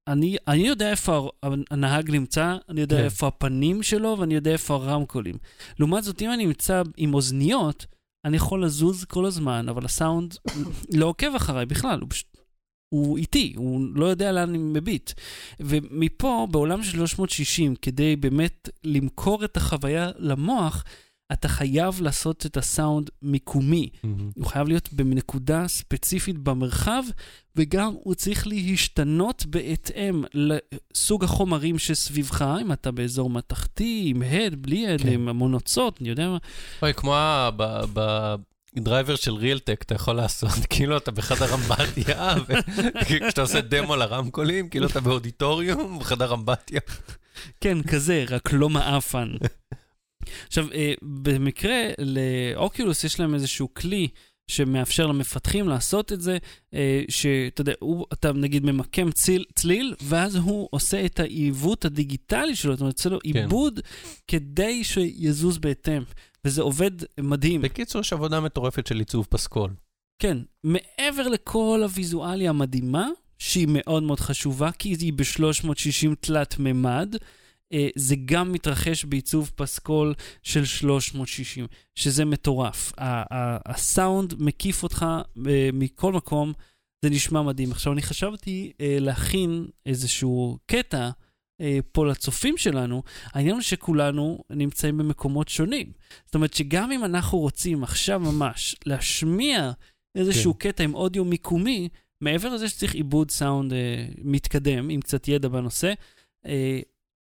S1: אני, אני יודע איפה הנהג נמצא, אני יודע
S2: כן.
S1: איפה הפנים שלו, ואני יודע איפה הרמקולים. לעומת זאת, אם אני נמצא עם אוזניות, אני יכול לזוז כל הזמן, אבל הסאונד לא עוקב אחריי בכלל, הוא פשוט... הוא איטי, הוא לא יודע לאן אני מביט. ומפה, בעולם של שלוש מאות שישים, כדי באמת למכור את החוויה למוח, אתה חייב לעשות את הסאונד מיקומי. Mm-hmm. הוא חייב להיות בנקודה ספציפית במרחב, וגם הוא צריך להשתנות בהתאם לסוג החומרים שסביבך, אם אתה באזור מתחתי, עם הד, בלי הד, כן. עם המונוצות, אני יודע מה.
S2: אוי, כמו ב... ב... דרייבר של ריאלטק, אתה יכול לעשות, כאילו אתה בחדר אמבטיה, וכשאתה עושה דמו לרמקולים, כאילו אתה באודיטוריום, בחדר אמבטיה.
S1: כן, כזה, רק לא מאפן. עכשיו, במקרה, לאוקולוס יש להם איזשהו כלי, שמאפשר למפתחים לעשות את זה, שאתה יודע, אתה נגיד ממקם ציל, צליל, ואז הוא עושה את העיוות הדיגיטלי שלו, זאת אומרת, עושה לו עיבוד, כדי שיזוז בהתאם. וזה עובד מדהים.
S2: בקיצור, יש עבודה מטורפת של עיצוב פסקול.
S1: כן, מעבר לכל הוויזואליה המדהימה, שהיא מאוד מאוד חשובה, כי היא ב-שלוש מאות שישים תלת ממד, זה גם מתרחש בעיצוב פסקול של שלוש מאות שישים, שזה מטורף. הסאונד מקיף אותך מכל מקום, זה נשמע מדהים. עכשיו, אני חשבתי להכין איזשהו קטע, פה לצופים שלנו, העניין הוא שכולנו נמצאים במקומות שונים. זאת אומרת שגם אם אנחנו רוצים עכשיו ממש להשמיע איזשהו כן. קטע עם אודיו מיקומי, מעבר לזה שצריך עיבוד סאונד אה, מתקדם, עם קצת ידע בנושא, אה,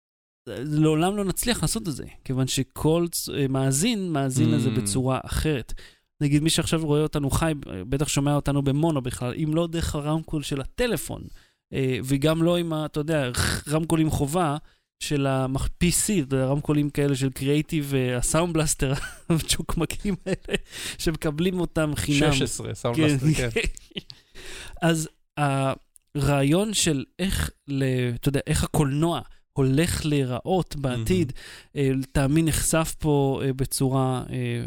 S1: לעולם לא נצליח לעשות את זה, כיוון שכל אה, מאזין, מאזין לזה mm. בצורה אחרת. נגיד מי שעכשיו רואה אותנו חי, בטח שומע אותנו במונו בכלל, אם לא דרך הרמקול של הטלפון, וגם לא עם, אתה יודע, רמקולים חובה של ה-פי סי, רמקולים כאלה של קריאייטיב, הסאונד בלאסטר, הצ'וקמקים האלה, שמקבלים אותם חינם.
S2: שש עשרה, סאונד בלאסטר, כן.
S1: אז הרעיון של איך, אתה יודע, איך הקולנוע הולך להיראות בעתיד, תאמין נחשף פה בצורה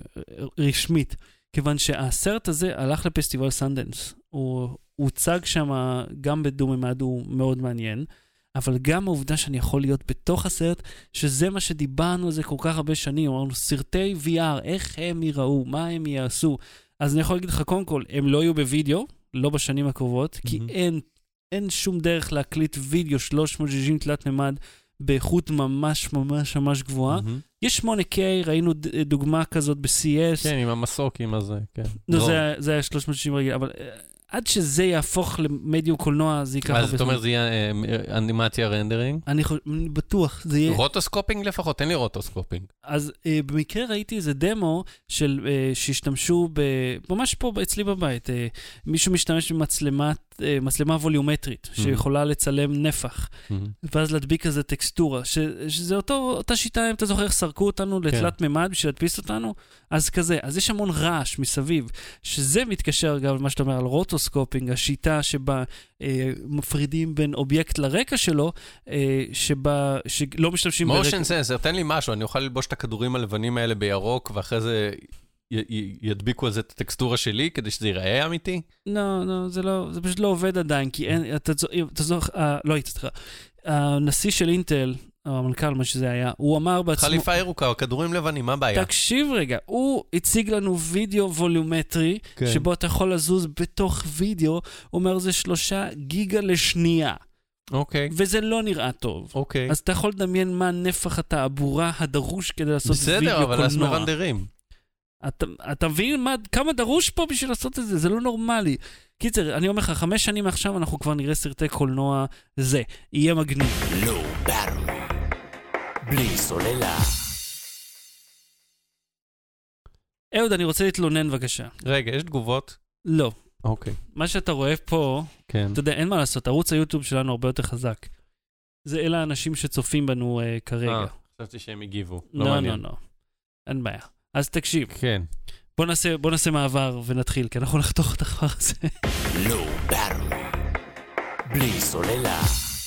S1: רשמית, כיוון שהסרט הזה הלך לפסטיבל סנדנס, הוא... הוא הוצג שם גם בדו-ממד, הוא מאוד מעניין, אבל גם העובדה שאני יכול להיות בתוך הסרט, שזה מה שדיברנו על זה כל כך הרבה שנים, אמרנו, סרטי וי אר, איך הם ייראו, מה הם יעשו. אז אני יכול להגיד לך, קודם כל, הם לא יהיו בווידאו, לא בשנים הקרובות, mm-hmm. כי אין, אין שום דרך להקליט וידאו שלוש מאות שישים תלת ממד, באיכות ממש ממש ממש גבוהה. Mm-hmm. יש שמונה קיי, ראינו דוגמה כזאת ב-סי אס.
S2: כן, עם המסוקים הזה, כן.
S1: לא, זה, זה היה שלוש מאות שישים רגיל, אבל... עד שזה יהפוך למדיום קולנוע, זה ייקח...
S2: אז זאת אומרת, זה יהיה אנימציה רנדרינג?
S1: אני בטוח, זה יהיה...
S2: רוטוסקופינג לפחות? תן לי רוטוסקופינג.
S1: אז במקרה ראיתי איזה דמו של שהשתמשו ממש פה אצלי בבית. מישהו משתמש במצלמה ווליומטרית, שיכולה לצלם נפח, ואז להדביק איזה טקסטורה, שזה אותה שיטה, אם אתה זוכר, סרקו אותנו לתלת ממד בשביל להדפיס אותנו, אז כזה. אז יש המון רעש מסביב, שזה מתקשר גם למה שאתה אומר על רוטוסקופינג, השיטה שבה אה, מפרידים בין אובייקט לרקע שלו, אה, שבה, שלא משתמשים ברקע...
S2: מושן סנסר, תן לי משהו, אני אוכל ללבוש את הכדורים הלבנים האלה בירוק, ואחרי זה י- י- ידביקו על זה את הטקסטורה שלי, כדי שזה ייראה אמיתי?
S1: לא, לא, זה לא, זה פשוט לא עובד עדיין, כי אין, אתה, אתה זוכר, אה, לא היית, סליחה, הנשיא של אינטל, או המנכ"ל, מה שזה היה, הוא אמר בעצמו...
S2: חליפה ירוקה, כדורים לבנים, מה הבעיה?
S1: תקשיב רגע, הוא הציג לנו וידאו ווליומטרי, כן. שבו אתה יכול לזוז בתוך וידאו, הוא אומר זה שלושה גיגה לשנייה.
S2: אוקיי.
S1: וזה לא נראה טוב.
S2: אוקיי.
S1: אז אתה יכול לדמיין מה נפח התעבורה הדרוש כדי לעשות
S2: בסדר,
S1: וידאו קולנוע.
S2: בסדר, אבל אז מרנדרים.
S1: אתה, אתה מבין מה, כמה דרוש פה בשביל לעשות את זה? זה לא נורמלי. קיצר, אני אומר לך, חמש שנים עכשיו אנחנו כבר נראה סרטי קולנוע זה. יהיה מגניב.
S3: לא ברם. בלי סוללה.
S1: אהוד, אני רוצה להתלונן בבקשה.
S2: רגע, יש תגובות?
S1: לא.
S2: אוקיי.
S1: מה שאתה רואה פה,
S2: כן.
S1: אתה יודע, אין מה לעשות, ערוץ היוטיוב שלנו הרבה יותר חזק. זה אלה האנשים שצופים בנו uh, כרגע.
S2: אה, חשבתי שהם הגיבו.
S1: לא, לא, לא, לא. אין בעיה. אז תקשיב.
S2: כן.
S1: בוא נעשה, בוא נעשה מעבר ונתחיל, כי אנחנו נחתוך את הדבר הזה.
S3: לא ברם. בלי סוללה.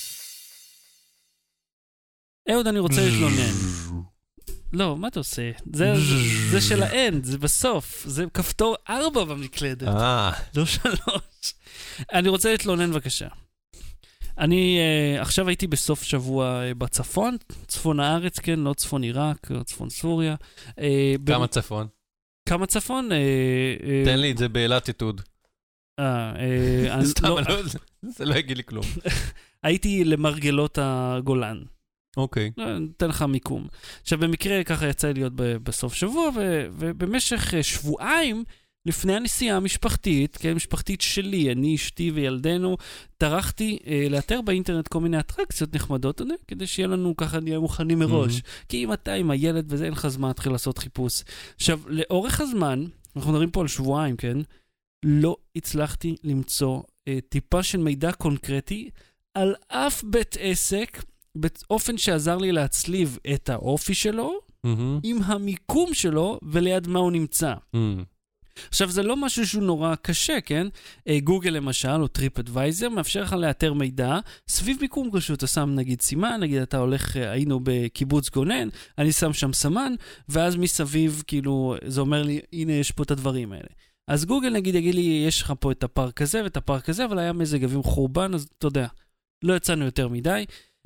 S1: אהוד, אני רוצה להתלונן. לא, מה אתה עושה? זה, זה, זה של האנד, זה בסוף. זה כפתור ארבע במקלדת.
S2: אה.
S1: לא שלוש. אני רוצה להתלונן בבקשה. אני uh, עכשיו הייתי בסוף שבוע uh, בצפון, צפון הארץ, כן, לא צפון עיראק, לא צפון סוריה. Uh,
S2: כמה ב... צפון?
S1: כמה צפון? Uh,
S2: uh, תן לי את זה בלטיטוד.
S1: אה, uh,
S2: סתם, לא... לא, זה לא יגיד לי כלום.
S1: הייתי למרגלות הגולן.
S2: אוקיי.
S1: Okay. נתן לך מיקום. עכשיו, במקרה ככה יצא לי להיות בסוף שבוע, ו- ובמשך שבועיים, לפני הנסיעה המשפחתית, כן, משפחתית שלי, אני, אשתי וילדנו, טרחתי אה, לאתר באינטרנט כל מיני אטרקציות נחמדות, אני, כדי שיהיה לנו ככה, נהיה מוכנים מראש. Mm-hmm. כי אם אתה עם הילד וזה, אין לך זמן, תתחיל לעשות חיפוש. עכשיו, לאורך הזמן, אנחנו מדברים פה על שבועיים, כן, לא הצלחתי למצוא אה, טיפה של מידע קונקרטי, על אף בית עסק, באופן שעזר לי להצליב את האופי שלו, mm-hmm. עם המיקום שלו, וליד מה הוא נמצא. Mm-hmm. עכשיו, זה לא משהו שהוא נורא קשה, כן? גוגל למשל, או טריפ אדוויזר, מאפשר לך לאתר מידע, סביב מיקום רשות, אתה שם נגיד סימן, נגיד אתה הולך, היינו בקיבוץ גונן, אני שם שם סמן, ואז מסביב, כאילו, זה אומר לי, הנה יש פה את הדברים האלה. אז גוגל נגיד יגיד לי, יש לך פה את הפארק הזה ואת הפארק הזה, אבל היה מזג אוויר חורבן, אז אתה יודע, לא יצאנו יותר מדי.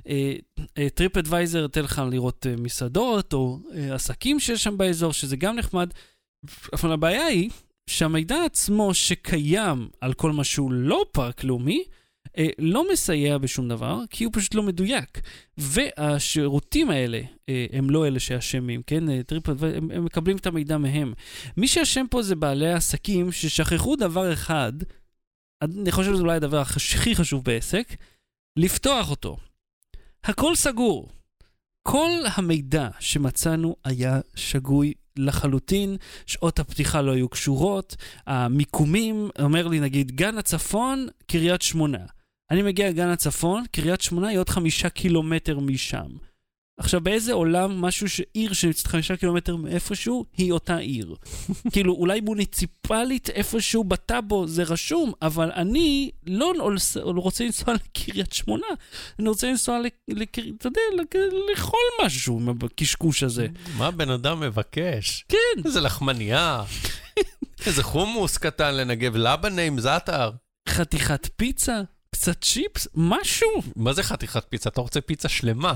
S1: טריפ אדוויזר תן לך לראות מסעדות, או עסקים שיש שם באזור, שזה גם נחמד, אבל הבעיה היא שהמידע עצמו שקיים על כל מה שהוא לא פארק לאומי, לא מסייע בשום דבר, כי הוא פשוט לא מדויק. והשירותים האלה, הם לא אלה שאשמים, כן? טריפ, הם, הם מקבלים את המידע מהם. מי שאשם פה זה בעלי העסקים ששכחו דבר אחד, אני חושב שזה אולי הדבר הכי חשוב בעסק, לפתוח אותו. הכל סגור. כל המידע שמצאנו היה שגוי לחלוטין, שעות הפתיחה לא היו קשורות, המיקומים, אומר לי נגיד גן הצפון, קריית שמונה. אני מגיע לגן הצפון, קריית שמונה היא עוד חמישה קילומטר משם. עכשיו באיזה עולם משהו שעיר שנמצאת חמישה קילומטר מאיפשהו, היא אותה עיר. כאילו אולי מוניציפלית איפשהו בטאבו זה רשום, אבל אני לא רוצה לנסוע לקריית שמונה, אני רוצה לנסוע אתה יודע, לכל משהו בקשקוש הזה.
S2: מה בן אדם מבקש?
S1: כן.
S2: איזה לחמניה, איזה חומוס קטן לנגב, לבנה עם זאטר.
S1: חתיכת פיצה, קצת צ'יפס, משהו.
S2: מה זה חתיכת פיצה? אתה רוצה פיצה שלמה?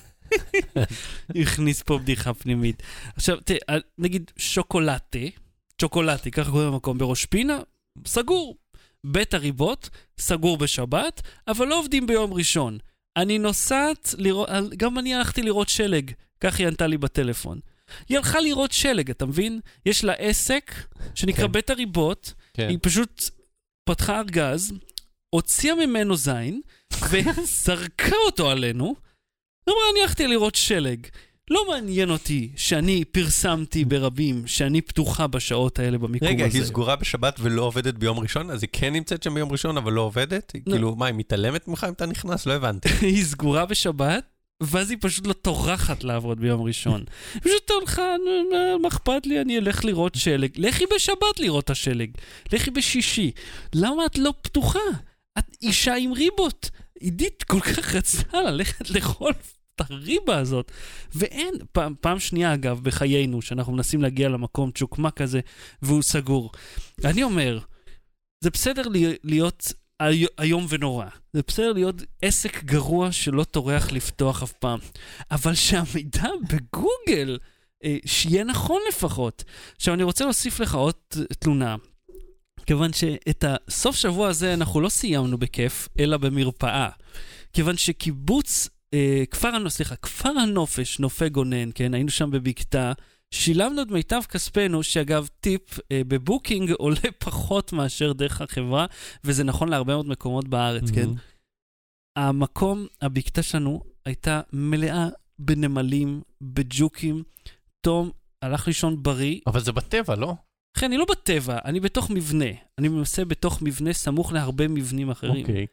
S1: הכניס פה בדיחה פנימית. עכשיו, תראה, נגיד שוקולטה, שוקולטה, ככה קוראים במקום, בראש פינה, סגור. בית הריבות, סגור בשבת, אבל לא עובדים ביום ראשון. אני נוסעת לראות, גם אני הלכתי לראות שלג, כך היא ענתה לי בטלפון. היא הלכה לראות שלג, אתה מבין? יש לה עסק שנקרא בית הריבות, היא פשוט פתחה ארגז, הוציאה ממנו זין, וזרקה אותו עלינו, לא מה, אני הלכתי לראות שלג. לא מעניין אותי שאני פרסמתי ברבים, שאני פתוחה בשעות האלה במיקום הזה.
S2: רגע, היא סגורה בשבת ולא עובדת ביום ראשון? אז היא כן נמצאת שם ביום ראשון, אבל לא עובדת? כאילו, מה, היא מתעלמת ממך אם אתה נכנס? לא הבנתי.
S1: היא סגורה בשבת, ואז היא פשוט לא טורחת לעבוד ביום ראשון. פשוט הולכה, מה אכפת לי? אני אלך לראות שלג. לכי בשבת לראות השלג. לכי בשישי. למה את לא פתוחה? את אישה עם ריבות. עידית כל כך רצה ללכת לכל את הריבה הזאת. ואין, פעם, פעם שנייה אגב, בחיינו, שאנחנו מנסים להגיע למקום צ'וקמה כזה, והוא סגור. אני אומר, זה בסדר להיות היום ונורא. זה בסדר להיות עסק גרוע שלא תורח לפתוח אף פעם. אבל שהמידע בגוגל, שיהיה נכון לפחות. עכשיו אני רוצה להוסיף לך עוד תלונה. כיוון שאת הסוף שבוע הזה אנחנו לא סיימנו בכיף, אלא במרפאה. כיוון שקיבוץ, אה, כפר, סליחה, כפר הנופש, נופי גונן, כן, היינו שם בבקתה, שילמנו את מיטב כספנו, שאגב טיפ, אה, בבוקינג עולה פחות מאשר דרך החברה, וזה נכון להרבה מאוד מקומות בארץ, mm-hmm. כן. המקום, הבקתה שלנו, הייתה מלאה בנמלים, בג'וקים, תום הלך לישון בריא.
S2: אבל זה בטבע, לא?
S1: כן, אני לא בטבע, אני בתוך מבנה. אני מנסה בתוך מבנה סמוך להרבה מבנים אחרים.
S2: אוקיי.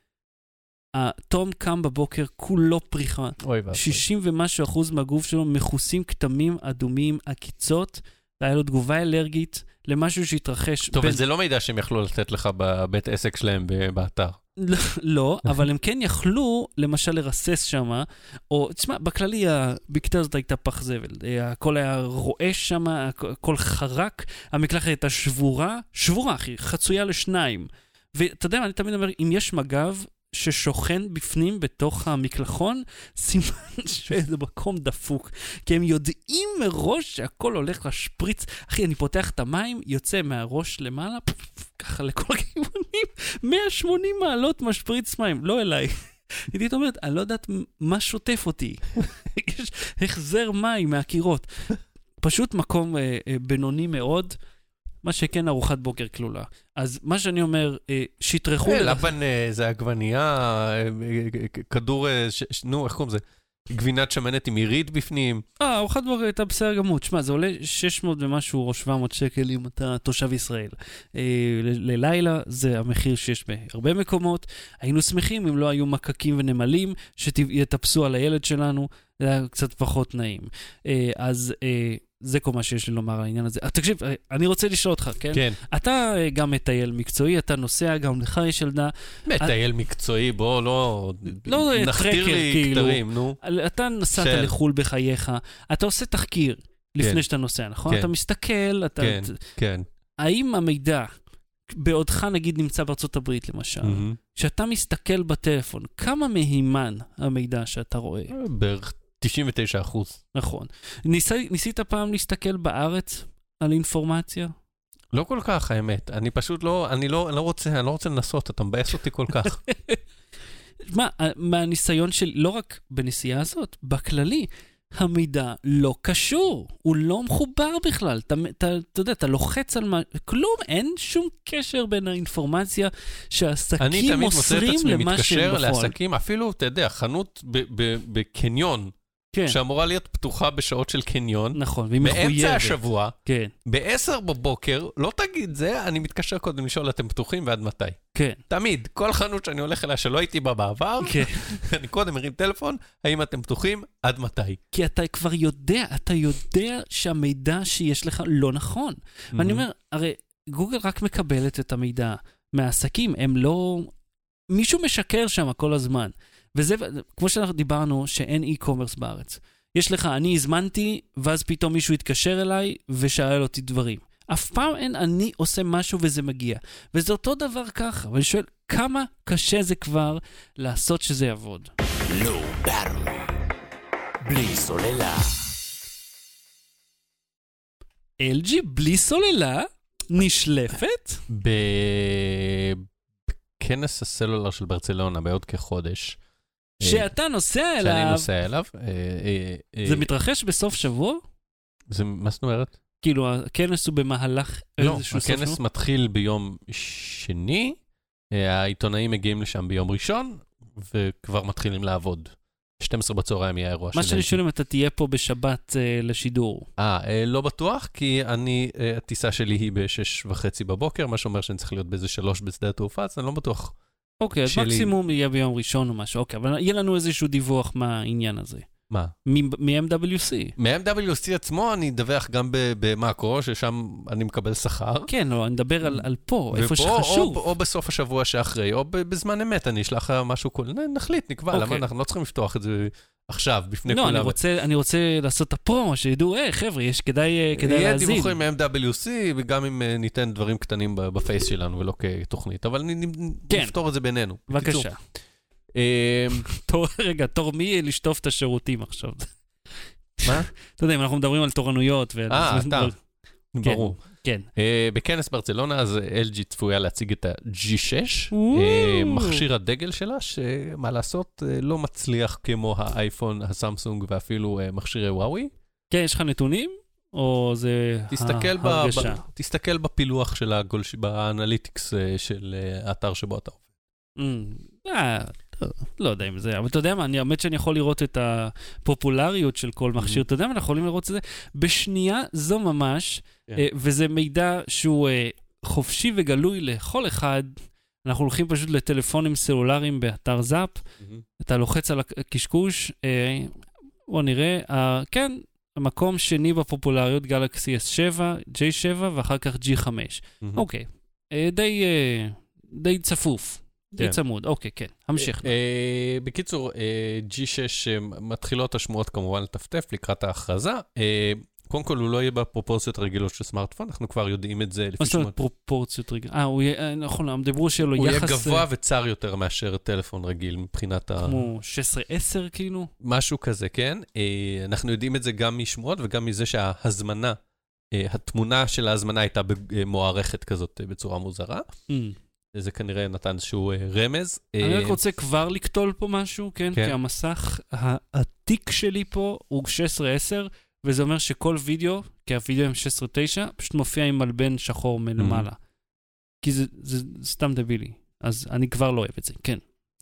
S1: תום קם בבוקר, כולו פריחה.
S2: אוי ואבוי.
S1: שישים ומשהו אחוז מהגוף שלו מכוסים כתמים אדומים, עקיצות, והיה לו תגובה אלרגית למשהו שהתרחש.
S2: טוב, בין... זה לא מידע שהם יכלו לתת לך בבית עסק שלהם באתר.
S1: לא, לא, אבל הם כן יכלו, למשל, לרסס שם, או, תשמע, בכללי, הבקתה הזאת הייתה פח זבל. הכל היה רועש שם, הכל חרק, המקלחת הייתה שבורה, שבורה, אחי, חצויה לשניים. ואתה יודע, אני תמיד אומר, אם יש מגב, ששוכן בפנים בתוך המקלחון, סימן שזה מקום דפוק. כי הם יודעים מראש שהכל הולך לשפריץ. אחי, אני פותח את המים, יוצא מהראש למעלה, ככה לכל הכיוונים, מאה ושמונים מעלות משפריץ מים, לא אליי. עידית אומרת, אני לא יודעת מה שוטף אותי. יש החזר מים מהקירות. פשוט מקום אה, אה, בינוני מאוד, מה שכן ארוחת בוקר כלולה. אז מה שאני אומר, אה, שיתרחו...
S2: אה, לבן אה, זה עגבנייה, אה, כדור, אה, ש, ש, נו, איך קוראים זה? גבינת שמנת עם עירית בפנים.
S1: אה, ארוחת בוקר הייתה בסדר גמור. תשמע, זה עולה שש מאות ומשהו או שבע מאות שקל אם אתה תושב ישראל. אה, ל- ללילה זה המחיר שיש בהרבה מקומות. היינו שמחים אם לא היו מקקים ונמלים שיטפסו על הילד שלנו. זה היה קצת פחות נעים. אה, אז... אה, זה כל מה שיש לי לומר על העניין הזה. תקשיב, אני רוצה לשאול אותך, כן?
S2: כן.
S1: אתה גם מטייל מקצועי, אתה נוסע, גם לך יש ילדה.
S2: מטייל מקצועי, בוא, לא...
S1: לא
S2: נחתיר לי כתרים, נו.
S1: אתה נסעת לחול בחייך, אתה עושה תחקיר לפני שאתה נוסע, נכון? אתה מסתכל, אתה...
S2: כן, כן.
S1: האם המידע, בעודך נגיד נמצא בארצות הברית למשל, שאתה מסתכל בטלפון, כמה מהימן המידע שאתה רואה?
S2: בערך תשעים ותשעה אחוז.
S1: נכון. ניסי, ניסית פעם להסתכל בארץ על אינפורמציה?
S2: לא כל כך, האמת. אני פשוט לא, אני לא, אני לא רוצה, אני לא רוצה לנסות, אתה מבאס אותי כל כך.
S1: מה, מהניסיון של, לא רק בנסיעה הזאת, בכללי, המידע לא קשור, הוא לא מחובר בכלל. אתה, אתה, אתה יודע, אתה לוחץ על מה, כלום, אין שום קשר בין האינפורמציה שהעסקים מוסרים למה שהם בפועל. אני תמיד מוצא את עצמי מתקשר לעסקים, אפילו, אתה יודע, חנות בקניון, כן. שאמורה להיות פתוחה בשעות של קניון. נכון, והיא מחויבת.
S2: באמצע השבוע,
S1: כן.
S2: בעשר בבוקר, לא תגיד זה, אני מתקשר קודם לשאול, אתם פתוחים ועד מתי?
S1: כן.
S2: תמיד, כל חנות שאני הולך אליה שלא הייתי בה בעבר, כן. אני קודם מרים טלפון, האם אתם פתוחים? עד מתי?
S1: כי אתה כבר יודע, אתה יודע שהמידע שיש לך לא נכון. Mm-hmm. ואני אומר, הרי גוגל רק מקבלת את המידע מהעסקים, הם לא... מישהו משקר שם כל הזמן. וזה, כמו שאנחנו דיברנו, שאין אי-קומרס בארץ. יש לך, אני הזמנתי, ואז פתאום מישהו יתקשר אליי, ושאל אותי דברים. אף פעם אין אני עושה משהו וזה מגיע. וזה אותו דבר ככה. ואני שואל, כמה קשה זה כבר לעשות שזה יעבוד?
S3: לא ברם. בלי סוללה.
S1: אל ג'י בלי סוללה? נשלפת?
S2: בכנס הסלולר של ברצלונה, בעוד כחודש,
S1: שאתה נוסע אליו.
S2: שאני נוסע אליו.
S1: זה מתרחש בסוף שבוע?
S2: זה, מה זאת אומרת?
S1: כאילו, הכנס הוא במהלך איזשהו סוף שבוע?
S2: לא, הכנס מתחיל ביום שני, העיתונאים מגיעים לשם ביום ראשון, וכבר מתחילים לעבוד. שתים עשרה בצהריים יהיה האירוע.
S1: מה שאני שואל אם אתה תהיה פה בשבת לשידור.
S2: אה, לא בטוח, כי אני, הטיסה שלי היא בשש וחצי בבוקר, מה שאומר שאני צריך להיות באיזה שלוש בשדה התעופה, אז אני לא בטוח.
S1: אוקיי, אז מקסימום יהיה ביום ראשון או משהו, אוקיי, אבל יהיה לנו איזשהו דיווח מהעניין הזה.
S2: מה?
S1: מ-אם דאבליו סי.
S2: מ-אם דאבליו סי עצמו אני אדווח גם במאקרו, ששם אני מקבל שכר.
S1: כן, לא, אני מדבר על, על פה, איפה שחשוב.
S2: או, או בסוף השבוע שאחרי, או בזמן אמת, אני אשלח משהו כל... נחליט, נקבע, למה אנחנו לא צריכים לפתוח את זה עכשיו, בפני כולם.
S1: לא, אני רוצה, אני רוצה לעשות את הפרומו, שידעו, אה, חבר'ה, יש כדאי, כדאי
S2: יהיה
S1: להזין.
S2: יהיה דיווחים מ-אם דאבליו סי, וגם אם ניתן דברים קטנים בפייס שלנו, ולא כתוכנית, אבל
S1: כן.
S2: נפתור את זה בינינו.
S1: בבקשה. רגע, תור מי לשטוף את השירותים עכשיו?
S2: מה?
S1: אתה יודע, אם אנחנו מדברים על תורנויות.
S2: אה, אתה. ברור.
S1: כן.
S2: בכנס ברצלונה, אז אל ג'י צפויה להציג את ה-ג'י שש, מכשיר הדגל שלה, שמה לעשות, לא מצליח כמו האייפון, הסמסונג, ואפילו מכשירי וואוי.
S1: כן, יש לך נתונים? או זה הרגשה?
S2: תסתכל בפילוח של הגולש, באנליטיקס של האתר שבו אתה עובד.
S1: אה, לא יודע אם זה, אבל אתה יודע מה, אני האמת שאני יכול לראות את הפופולריות של כל מכשיר, אתה יודע מה, אנחנו יכולים לראות את זה בשנייה זו ממש, וזה מידע שהוא חופשי וגלוי לכל אחד, אנחנו הולכים פשוט לטלפונים סלולריים באתר זאפ, אתה לוחץ על הקשקוש, בוא נראה, כן, המקום שני בפופולריות, גלקסי אס שבע, ג'יי שבע, ואחר כך ג'י חמש. אוקיי, די צפוף. די צמוד, אוקיי, כן, המשך.
S2: בקיצור, ג'י שש מתחילות השמועות כמובן לטפטף לקראת ההכרזה. קודם כל, הוא לא יהיה בפרופורציות רגילות של סמארטפון, אנחנו כבר יודעים את זה לפי
S1: שמות. מה זאת אומרת פרופורציות רגילות? אה, הוא יהיה, נכון, הם דיברו שלו יחס...
S2: הוא יהיה גבוה וצר יותר מאשר טלפון רגיל מבחינת ה...
S1: כמו שש עשרה עשר כאילו?
S2: משהו כזה, כן. אנחנו יודעים את זה גם משמועות וגם מזה שההזמנה, התמונה של ההזמנה הייתה מוערכת כזאת בצורה מוזרה. זה כנראה נתן איזשהו רמז.
S1: אני רק רוצה כבר לקטול פה משהו, כן? כי המסך העתיק שלי פה הוא שש עשרה עשר, וזה אומר שכל וידאו, כי הוידאו הם שש עשרה תשע, פשוט מופיע עם מלבן שחור מלמעלה. כי זה סתם דבילי. אז אני כבר לא אוהב את זה, כן.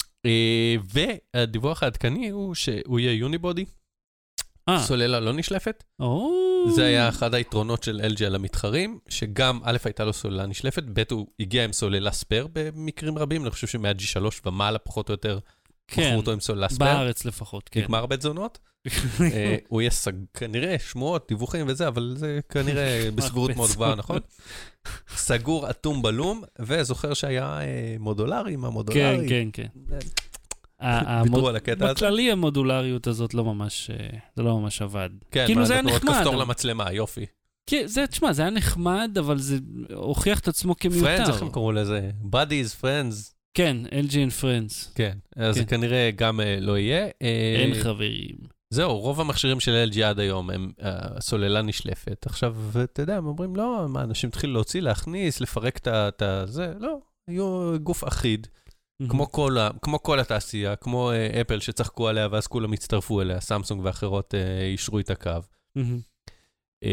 S2: והדיווח העדכני הוא שהוא יהיה יוניבודי. סוללה לא נשלפת. זה היה אחד היתרונות של אל ג'י על המתחרים, שגם א' הייתה לו סוללה נשלפת, ב' הוא הגיע עם סוללה ספר במקרים רבים, אני חושב שמה ג'י שלוש ומעלה פחות או יותר מכרו אותו עם סוללה ספר.
S1: בארץ לפחות, כן.
S2: נגמר בית זונות. הוא יהיה כנראה שמועות, דיווחים וזה, אבל זה כנראה בסגורות מאוד גבוהה, נכון? סגור, אטום בלום, וזוכר שהיה מודולרי, מה מודולרי?
S1: כן, כן, כן.
S2: ביטרו על הקטע הזה.
S1: בכללי המודולריות הזאת לא ממש, זה לא ממש עבד.
S2: כן, כאילו זה היה נחמד. כפתור למצלמה, יופי.
S1: כן, זה, תשמע, זה היה נחמד, אבל זה הוכיח את עצמו כמיותר.
S2: Friends, איך הם קראו לזה? Buddies, Friends.
S1: כן, אל ג'י and Friends.
S2: כן, אז זה כנראה גם לא יהיה.
S1: אין חברים.
S2: זהו, רוב המכשירים של אל ג'י עד היום הם סוללה נשלפת. עכשיו, אתה יודע, הם אומרים, לא, מה, אנשים התחילו להוציא, להכניס, לפרק את זה, לא, היו גוף אחיד. כמו כל, כמו כל התעשייה, כמו uh, אפל שצחקו עליה, ואז כולם הצטרפו אליה, סמסונג ואחרות uh, אישרו את הקו. Mm-hmm. Uh,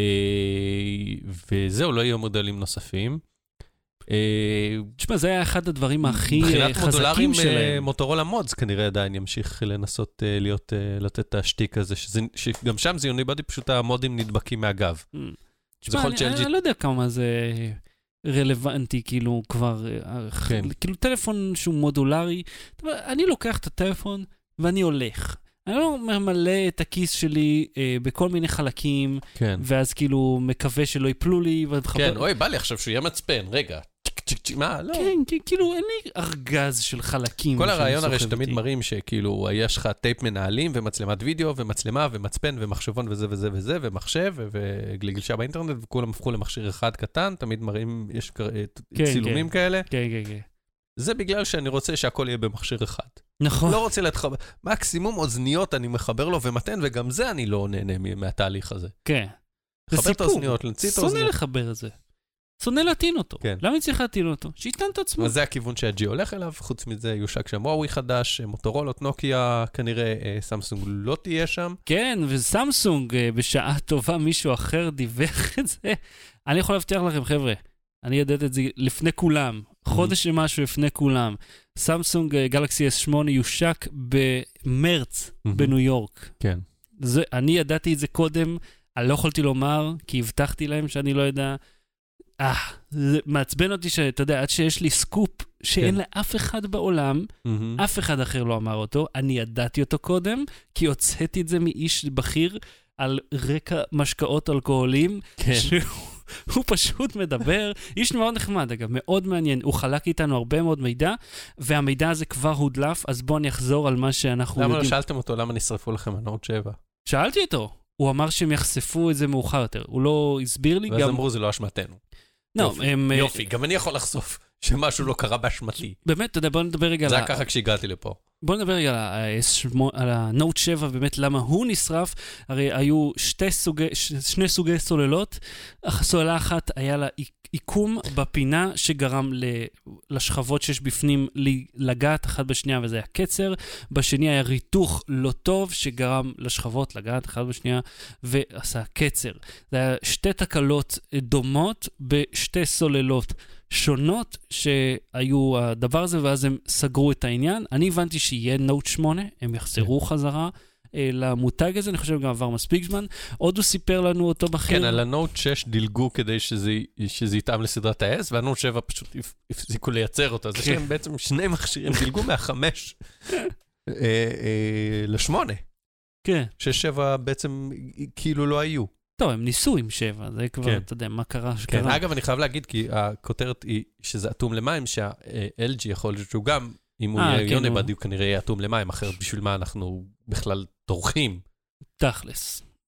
S2: וזהו, לא יהיו מודלים נוספים.
S1: תשמע, זה היה אחד הדברים הכי חזקים שלהם.
S2: מבחינת מוטורולה מודס כנראה עדיין ימשיך לנסות להיות, לתת את השטיק הזה, שגם שם זה יוניבודי, פשוט המודים נדבקים מהגב.
S1: תשמע, אני לא יודע כמה זה רלוונטי, כאילו כבר, כאילו טלפון שהוא מודולרי, אני לוקח את הטלפון ואני הולך. אני לא ממלא את הכיס שלי אה, בכל מיני חלקים, כן. ואז כאילו מקווה שלא יפלו לי.
S2: כן, אוי, בא לי עכשיו שהוא יהיה מצפן, רגע. מה, לא.
S1: כן, כאילו אין לי ארגז של חלקים.
S2: כל הרעיון הרי שתמיד מראים שכאילו יש לך טייפ מנהלים ומצלמת וידאו ומצלמה ומצפן ומחשבון וזה וזה וזה ומחשב וגליגלשה באינטרנט וכולם הפכו למכשיר אחד קטן, תמיד מראים, יש כן, צילומים
S1: כן.
S2: כאלה.
S1: כן, כן, כן.
S2: זה בגלל שאני רוצה שהכל יהיה במכשיר אחד.
S1: נכון.
S2: לא רוצה להתחבר, מקסימום אוזניות אני מחבר לו ומתן, וגם זה אני לא נהנה מהתהליך הזה.
S1: כן.
S2: חבר את האוזניות, לנציא את האוזניות.
S1: שונא לחבר את זה. שונא להטעין אותו. כן. למה צריך להטעין אותו? שיטען את עצמו.
S2: וזה הכיוון שהג'י הולך אליו, חוץ מזה יושק שם וואוי חדש, מוטורולות, נוקיה, כנראה סמסונג לא תהיה שם.
S1: כן, וסמסונג בשעה טובה מישהו אחר דיווח את זה. אני יכול להבטיח לכם, חבר'ה, אני ידעתי את זה לפני כולם. חודש משהו לפני כולם. סמסונג גלקסי אס שמונה יושק במרץ בניו יורק.
S2: כן.
S1: זה, אני ידעתי את זה קודם, אני לא יכולתי לומר, כי הבטחתי להם שאני לא יודע. אה, זה מעצבן אותי שאתה יודע, עד שיש לי סקופ שאין לאף אחד בעולם, אף אחד אחר לא אמר אותו, אני ידעתי אותו קודם, כי הוצאתי את זה מאיש בכיר על רקע משקאות אלכוהולים, שהוא... הוא פשוט מדבר, איש מאוד נחמד אגב, מאוד מעניין, הוא חלק איתנו הרבה מאוד מידע, והמידע הזה כבר הודלף, אז בואו אני אחזור על מה שאנחנו
S2: יודעים. למה לא שאלתם אותו, למה נשרפו לכם הנוט שבע?
S1: שאלתי אותו, הוא אמר שהם יחשפו את זה מאוחר יותר, הוא לא הסביר לי.
S2: ואז גם... אמרו, זה לא אשמתנו.
S1: No,
S2: יופי,
S1: הם...
S2: יופי, גם אני יכול לחשוף שמשהו לא קרה באשמתי.
S1: באמת, אתה יודע, בוא נדבר רגע...
S2: זה היה ככה כשהגעתי לפה.
S1: בוא נדבר רגע על הנוט שבע, באמת למה הוא נשרף. הרי היו שתי סוגי, שני סוגי סוללות. הסוללה אחת היה לה עיקום בפינה שגרם לשכבות שיש בפנים לגעת אחת בשנייה, וזה היה קצר. בשני היה ריתוך לא טוב שגרם לשכבות לגעת אחת בשנייה ועשה קצר. זה היה שתי תקלות דומות בשתי סוללות שונות שהיו הדבר הזה, ואז הם סגרו את העניין. אני הבנתי שיהיה נוט שמונה, הם יחזרו חזרה אה, למותג הזה, אני חושב גם עבר מספיק זמן. עוד הוא סיפר לנו אותו בחיר.
S2: כן, על הנוט שש דילגו כדי שזה, שזה יתאם לסדרת ה-S, והנוט שבע פשוט הפסיקו לייצר אותו. אז יש להם בעצם שני מכשירים, דילגו מהחמש לשמונה.
S1: כן.
S2: שש שבע בעצם כאילו לא היו.
S1: טוב, הם ניסו עם שבע, זה כבר, כן. אתה יודע, מה קרה שקרה.
S2: כן, אגב, אני חייב להגיד, כי הכותרת היא שזה אטום למים, שה-אל ג'י יכול להיות שהוא גם, אם הוא יהיה יוניבודי, הוא כנראה יהיה אטום למים, אחרת בשביל מה אנחנו בכלל טורחים.
S1: תכלס.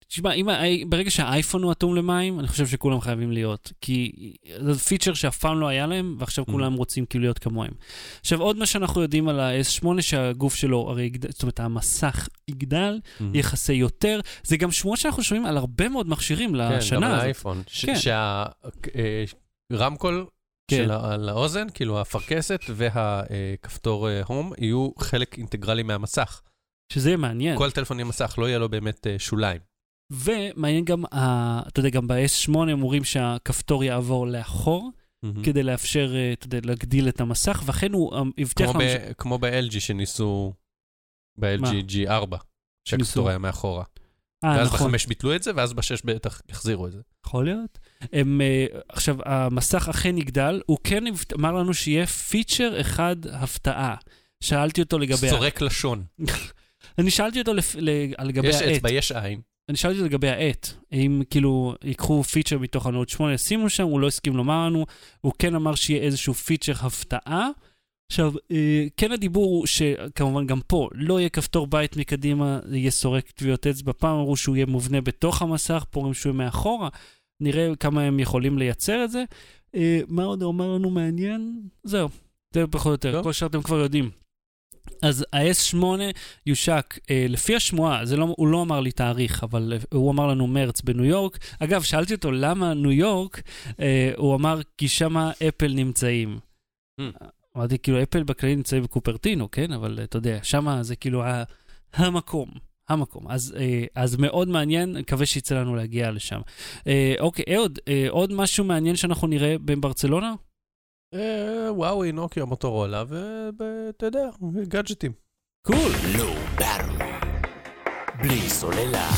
S1: תשמע, אם, ברגע שהאייפון הוא אטום למים, אני חושב שכולם חייבים להיות, כי זה פיצ'ר שאף פעם לא היה להם, ועכשיו mm. כולם רוצים כאילו להיות כמוהם. עכשיו, עוד מה שאנחנו יודעים על ה-אס שמונה, שהגוף שלו, הרי, זאת אומרת, המסך יגדל, mm. יחסה יותר, זה גם שמועות שאנחנו שומעים על הרבה מאוד מכשירים לשנה הזאת.
S2: כן, גם על האייפון. כן. שהרמקול של האוזן, כאילו הפרקסת והכפתור הום, יהיו חלק אינטגרלי מהמסך.
S1: שזה יהיה מעניין.
S2: כל טלפון עם מסך, לא יהיה לו באמת שוליים.
S1: ומעניין גם, אתה יודע, גם ב-אס שמונה אמורים שהכפתור יעבור לאחור, כדי לאפשר, אתה יודע, להגדיל את המסך, ואכן הוא הבטיח...
S2: כמו ב-אל ג'י שניסו, ב-אל ג'י ג'י ארבע, שהכפתור היה מאחורה. ואז בחמש ביטלו את זה, ואז בשש בטח יחזירו את זה.
S1: יכול להיות. עכשיו, המסך אכן יגדל, הוא כן אמר לנו שיהיה פיצ'ר אחד הפתעה. שאלתי אותו לגבי...
S2: סורק לשון.
S1: אני שאלתי אותו לגבי העט.
S2: יש אצבע, יש עין.
S1: אני שאלתי אותו לגבי העט. אם כאילו ייקחו פיצ'ר מתוך הנוט שמונה, ישימו שם, הוא לא הסכים לומר לנו, הוא כן אמר שיהיה איזשהו פיצ'ר הפתעה. עכשיו, כן הדיבור הוא שכמובן גם פה לא יהיה כפתור בית מקדימה, יהיה סורק טביעות אצבע. פעם אמרו שהוא יהיה מובנה בתוך המסך, פה אומרים שהוא יהיה מאחורה. נראה כמה הם יכולים לייצר את זה. מה עוד אומר לנו מעניין? זהו, זה פחות או יותר, כל שאתם כבר יודעים. אז ה-אס שמונה יושק, אה, לפי השמועה, זה לא, הוא לא אמר לי תאריך, אבל הוא אמר לנו מרץ בניו יורק. אגב, שאלתי אותו למה ניו יורק, אה, הוא אמר כי שמה אפל נמצאים. Mm. אמרתי, כאילו, אפל בכללי נמצאים בקופרטינו, כן? אבל אתה יודע, שמה זה כאילו ה- המקום, המקום. אז, אה, אז מאוד מעניין, מקווה שיצא לנו להגיע לשם. אה, אוקיי, עוד, אה, עוד משהו מעניין שאנחנו נראה בברצלונה?
S2: וואוי, נוקיה, מוטורולה, ואתה יודע, גאדג'טים.
S1: קול.
S3: לא ברם. בלי סוללה.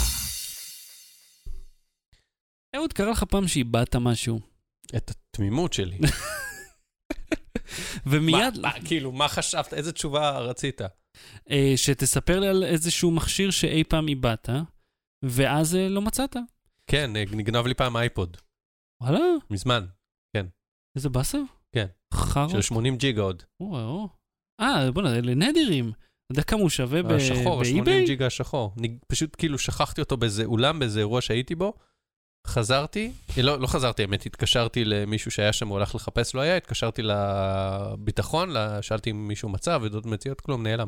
S1: אהוד, קרא לך פעם שאיבדת משהו?
S2: את התמימות שלי.
S1: ומיד...
S2: כאילו, מה חשבת? איזה תשובה רצית?
S1: שתספר לי על איזשהו מכשיר שאי פעם איבדת, ואז לא מצאת.
S2: כן, נגנב לי פעם אייפוד.
S1: וואלה?
S2: מזמן, כן.
S1: איזה בסה?
S2: כן.
S1: חרו?
S2: של שמונים ג'יגה עוד.
S1: וואו. אה, בוא נראה, אלה נדירים. אתה יודע כמה הוא שווה באי-ביי?
S2: השחור, ה-שמונים ג'יגה השחור. פשוט כאילו שכחתי אותו באיזה אולם, באיזה אירוע שהייתי בו. חזרתי, לא, לא חזרתי, האמת, התקשרתי למישהו שהיה שם, הוא הלך לחפש, לא היה, התקשרתי לביטחון, שאלתי אם מישהו מצא, ודוד מציאות, כלום, נעלם.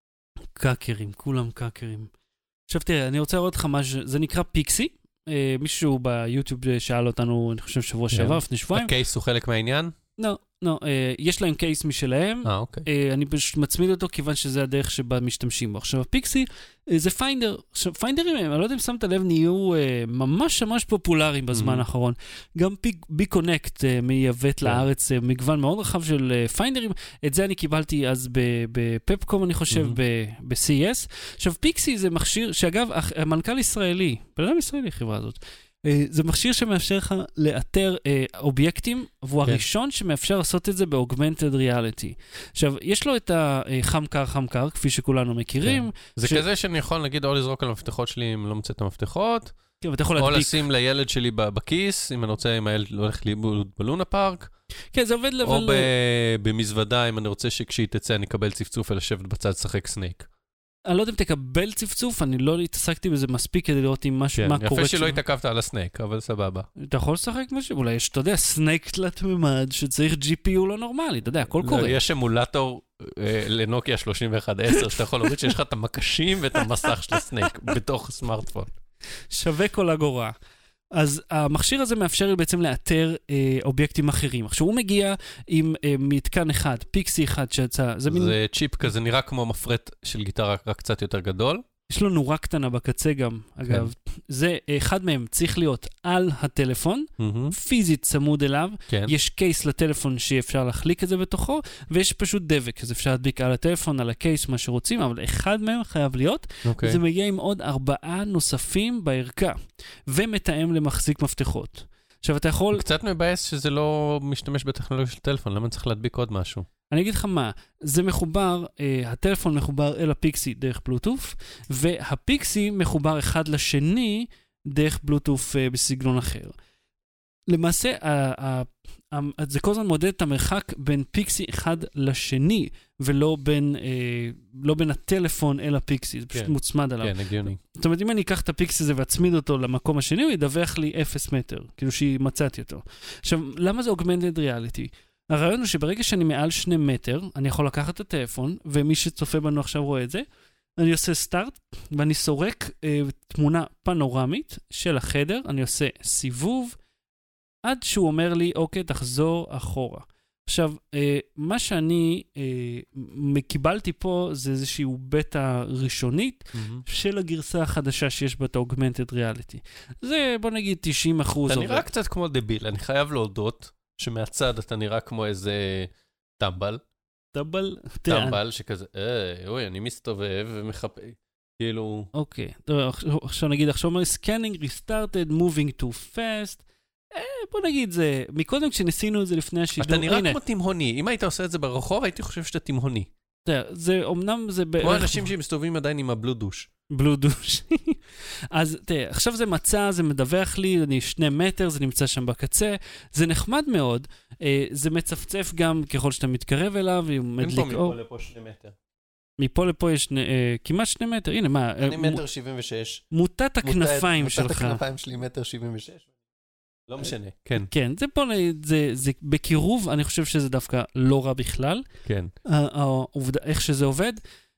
S1: קאקרים, כולם קאקרים. עכשיו תראה, אני רוצה לראות לך משהו, זה נקרא פיקסי, מישהו ביוטיוב שאל אותנו, אני חושב שבוע שעבר, לפני שבועיים.
S2: הקייס הוא חלק מהעניין?
S1: לא, לא, יש להם קייס משלהם,
S2: אה, אוקיי.
S1: אני פשוט מצמיד אותו כיוון שזה הדרך שבה משתמשים בו. עכשיו, הפיקסי זה פיינדר, עכשיו, פיינדרים הם, אני לא יודע אם שמת לב, נהיו ממש ממש פופולריים בזמן האחרון. גם בי קונקט מייבאת לארץ מגוון מאוד רחב של פיינדרים, את זה אני קיבלתי אז בפפקום, אני חושב, ב-סי אס. עכשיו, פיקסי זה מכשיר, שאגב, המנכ"ל ישראלי, בלדם ישראלי, החברה הזאת, זה מכשיר שמאפשר לך לאתר אה, אובייקטים, והוא כן. הראשון שמאפשר לעשות את זה ב-Augmented Reality. עכשיו, יש לו את החם-קר, חם-קר, כפי שכולנו מכירים. כן.
S2: זה ש... כזה שאני יכול, נגיד, או לזרוק על המפתחות שלי אם לא מצא את המפתחות,
S1: כן, ואתה יכול
S2: או
S1: להדביק.
S2: לשים לילד שלי בכיס, אם אני רוצה, אם הילד הולך לאיבוד בלונה פארק.
S1: כן, זה עובד לבל...
S2: או ב... במזוודה, אם אני רוצה שכשהיא תצא, אני אקבל צפצוף ולשבת בצד שחק סנייק.
S1: אני לא יודע אם תקבל צפצוף, אני לא התעסקתי בזה מספיק כדי לראות עם משהו,
S2: כן,
S1: מה קורה.
S2: יפה שלא התעכבת על הסנייק, אבל סבבה.
S1: אתה יכול לשחק משהו? אולי יש, אתה יודע, סנייק תלת ממד שצריך ג'י פי יו לא נורמלי, אתה יודע, הכל
S2: לא,
S1: קורה.
S2: יש אמולטור אה, לנוקיה שלושים ואחת עשר, שאתה יכול להוריד שיש לך את המקשים ואת המסך של הסנייק בתוך סמארטפון.
S1: שווה כל אגורה. אז המכשיר הזה מאפשר לי בעצם לאתר אה, אובייקטים אחרים. עכשיו הוא מגיע עם אה, מתקן אחד, פיקסי אחד שיצא. זה,
S2: זה
S1: מין...
S2: צ'יפ כזה, נראה כמו מפרט של גיטרה רק קצת יותר גדול.
S1: יש לו נורה קטנה בקצה גם, אגב. כן. זה, אחד מהם צריך להיות על הטלפון, mm-hmm. פיזית צמוד אליו. כן. יש קייס לטלפון שאפשר להחליק את זה בתוכו, ויש פשוט דבק, אז אפשר להדביק על הטלפון, על הקייס, מה שרוצים, אבל אחד מהם חייב להיות. Okay. זה מגיע עם עוד ארבעה נוספים בערכה, ומתאם למחזיק מפתחות. עכשיו אתה יכול...
S2: קצת מבאס שזה לא משתמש בטכנולוגיה של טלפון, למה צריך להדביק עוד משהו?
S1: אני אגיד לך מה, זה מחובר, אה, הטלפון מחובר אל הפיקסי דרך בלוטוף, והפיקסי מחובר אחד לשני דרך בלוטוף אה, בסגנון אחר. למעשה, זה כל הזמן מודד את המרחק בין פיקסי אחד לשני, ולא בין, לא בין הטלפון אל הפיקסי, זה פשוט מוצמד עליו.
S2: כן, הגיוני.
S1: זאת אומרת, אם אני אקח את הפיקסי הזה ואצמיד אותו למקום השני, הוא ידווח לי אפס מטר, כאילו שמצאתי אותו. עכשיו, למה זה augmented reality? הרעיון הוא שברגע שאני מעל שני מטר, אני יכול לקחת את הטלפון, ומי שצופה בנו עכשיו רואה את זה, אני עושה סטארט, ואני סורק אה, תמונה פנורמית של החדר, אני עושה סיבוב, עד שהוא אומר לי, אוקיי, תחזור אחורה. עכשיו, אה, מה שאני אה, קיבלתי פה, זה איזושהי בטא ראשונית, mm-hmm. של הגרסה החדשה שיש בה את augmented reality. זה, בוא נגיד, תשעים אחוז
S2: אתה
S1: עובד.
S2: נראה קצת כמו דביל, אני חייב להודות, שמהצד אתה נראה כמו איזה טמבל.
S1: טמבל?
S2: טמבל שכזה, אה, אוי, אני מסתובב ומחפה, כאילו...
S1: אוקיי, עכשיו נגיד, עכשיו אומר, scanning restarted, moving too fast, בוא נגיד זה, מקודם כשניסינו את זה לפני השידור,
S2: אתה נראה כמו תימהוני, אם היית עושה את זה ברחוב, הייתי חושב שאתה תימהוני.
S1: זה, אומנם זה...
S2: כמו אנשים שמסתובבים עדיין עם הבלודוש.
S1: בלודוש. אז תראה, עכשיו זה מצא, זה מדווח לי, אני שני מטר, זה נמצא שם בקצה, זה נחמד מאוד, זה מצפצף גם ככל שאתה מתקרב אליו,
S2: אין פה מפה לפה שני מטר.
S1: מפה לפה יש כמעט שני מטר, הנה מה...
S2: אני מטר שבעים ושש.
S1: מוטת הכנפיים שלך.
S2: מוטת הכנפיים שלי מטר שבעים ושש. לא משנה, כן.
S1: כן, זה פה, זה, זה בקירוב, אני חושב שזה דווקא לא רע בכלל.
S2: כן.
S1: העובדה, איך שזה עובד.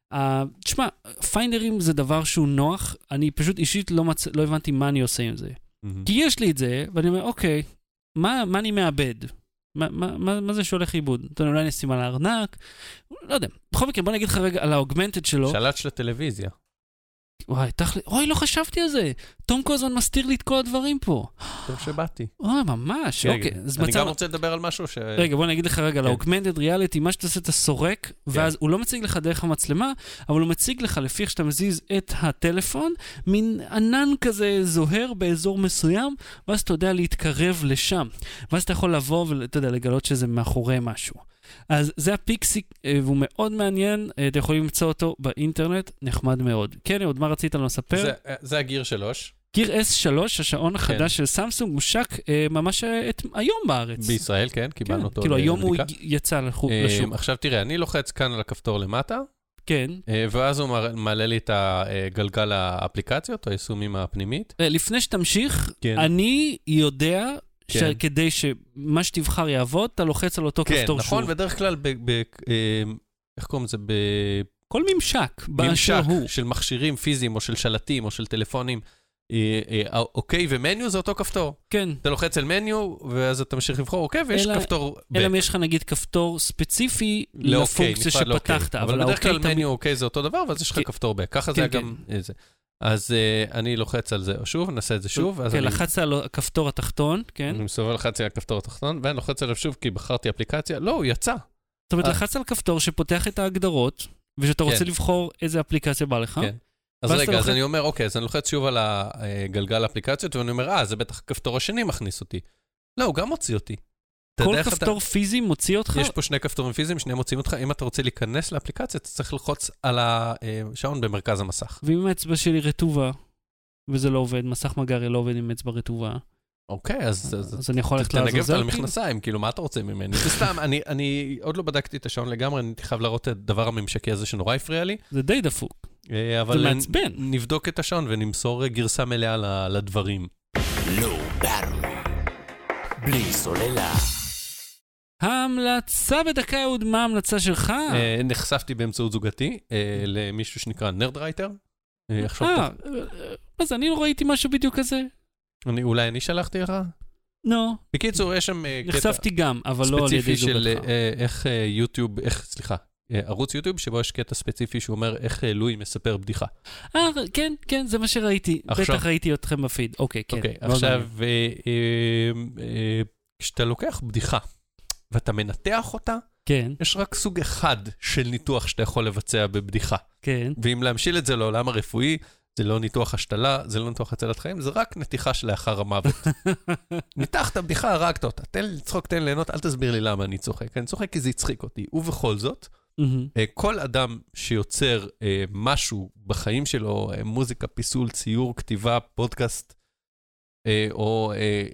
S1: תשמע, פיינדרים זה דבר שהוא נוח, אני פשוט אישית לא, מצ... לא הבנתי מה אני עושה עם זה. Mm-hmm. כי יש לי את זה, ואני אומר, אוקיי, מה, מה אני מאבד? מה, מה, מה, מה זה שהולך איבוד? אתה יודע, אולי נשים על הארנק? לא יודע. בכל מקרה, בוא נגיד לך רגע על האוגמנטד שלו.
S2: שלט של הטלוויזיה.
S1: וואי, תכלי, אוי, לא חשבתי על זה. תום כל הזמן מסתיר לי את כל הדברים פה.
S2: טוב שבאתי.
S1: אוי, ממש, אוקיי.
S2: אני גם רוצה לדבר על משהו ש...
S1: רגע, בוא נגיד לך רגע, ל-augmented reality, מה שאתה עושה, אתה סורק, ואז הוא לא מציג לך דרך המצלמה, אבל הוא מציג לך, לפי איך שאתה מזיז את הטלפון, מין ענן כזה זוהר באזור מסוים, ואז אתה יודע להתקרב לשם. ואז אתה יכול לבוא ואתה יודע, לגלות שזה מאחורי משהו. אז זה הפיקסי, והוא מאוד מעניין, אתם יכולים למצוא אותו באינטרנט, נחמד מאוד. כן, עוד מה רצית לנו לספר?
S2: זה, זה הגיר שלוש.
S1: גיר אס שלוש, השעון החדש כן. של סמסונג, מושק אה, ממש את, היום בארץ.
S2: בישראל, כן, קיבלנו כן, אותו.
S1: כאילו, היום הוא יצא לשוק.
S2: אה, עכשיו תראה, אני לוחץ כאן על הכפתור למטה,
S1: כן.
S2: אה, ואז הוא מעלה לי את הגלגל האפליקציות, היישומים הפנימית.
S1: אה, לפני שתמשיך, כן. אני יודע... כן. שכדי שמה שתבחר יעבוד, אתה לוחץ על אותו
S2: כן,
S1: כפתור
S2: נכון,
S1: שוב.
S2: בדרך כלל, ב, ב, אה, איך קוראים לזה? ב...
S1: כל ממשק,
S2: ממשק של מכשירים פיזיים, או של שלטים, או של טלפונים, אה, אה, אוקיי ומניו זה אותו כפתור.
S1: כן.
S2: אתה לוחץ על מניו, ואז אתה ממשיך לבחור אוקיי, ויש אלא, כפתור ב'.
S1: אלא יש לך נגיד כפתור ספציפי לא לפונקציה
S2: אוקיי,
S1: שפתחת.
S2: אבל, אבל בדרך כלל מניו אוקיי זה אותו דבר, ואז יש לך כפתור ב'. ככה זה גם איזה. אז uh, אני לוחץ על זה שוב, נעשה את זה שוב.
S1: כן,
S2: אני...
S1: לחצת על הכפתור התחתון, כן.
S2: אני מסובב לחצתי על הכפתור התחתון, ואני לוחץ עליו שוב כי בחרתי אפליקציה. לא, הוא יצא.
S1: זאת אומרת, לחצת על כפתור שפותח את ההגדרות, ושאתה רוצה לבחור איזה אפליקציה בא לך.
S2: כן. אז רגע, אז אני אומר, אוקיי, אז אני לוחץ שוב על הגלגל האפליקציות, ואני אומר, אה, זה בטח הכפתור השני מכניס אותי. לא, הוא גם מוציא אותי.
S1: כל כפתור פיזי מוציא אותך?
S2: יש פה שני כפתורים פיזיים, שניהם מוציאים אותך. אם אתה רוצה להיכנס לאפליקציה, אתה צריך ללחוץ על השעון במרכז המסך.
S1: ואם האצבע שלי רטובה, וזה לא עובד, מסך מגרי לא עובד עם אצבע רטובה.
S2: אוקיי, אז...
S1: אז אני יכול ללכת לעזור.
S2: תנגב על המכנסיים, כאילו, מה אתה רוצה ממני? זה סתם, אני עוד לא בדקתי את השעון לגמרי, אני חייב להראות את הדבר הממשקי הזה שנורא הפריע לי.
S1: זה די דפוק.
S2: זה מעצבן. נבדוק את השעון ונמסור גרסה מלאה לדברים.
S3: לא ברמן. בלי סוללה.
S1: ההמלצה בדקה, אהוד, מה ההמלצה שלך?
S2: נחשפתי באמצעות זוגתי למישהו שנקרא נרדרייטר.
S1: אה, אז אני לא ראיתי משהו בדיוק כזה.
S2: אולי אני שלחתי לך?
S1: לא.
S2: בקיצור, יש שם קטע
S1: נחשפתי גם, אבל לא על ידי זוגתך.
S2: ספציפי של איך יוטיוב, איך, סליחה, ערוץ יוטיוב שבו יש קטע ספציפי שאומר איך לואי מספר בדיחה.
S1: אה, כן, כן, זה מה שראיתי. בטח ראיתי אתכם בפיד. אוקיי, כן.
S2: אוקיי, עכשיו, כשאתה לוקח בדיחה, ואתה מנתח אותה,
S1: כן.
S2: יש רק סוג אחד של ניתוח שאתה יכול לבצע בבדיחה.
S1: כן.
S2: ואם להמשיל את זה לעולם הרפואי, זה לא ניתוח השתלה, זה לא ניתוח הצלת חיים, זה רק נתיחה שלאחר המוות. ניתח את הבדיחה, הרגת אותה. תן לי לצחוק, תן לי ליהנות, אל תסביר לי למה אני צוחק. אני צוחק כי זה יצחיק אותי. ובכל זאת, כל אדם שיוצר משהו בחיים שלו, מוזיקה, פיסול, ציור, כתיבה, פודקאסט, או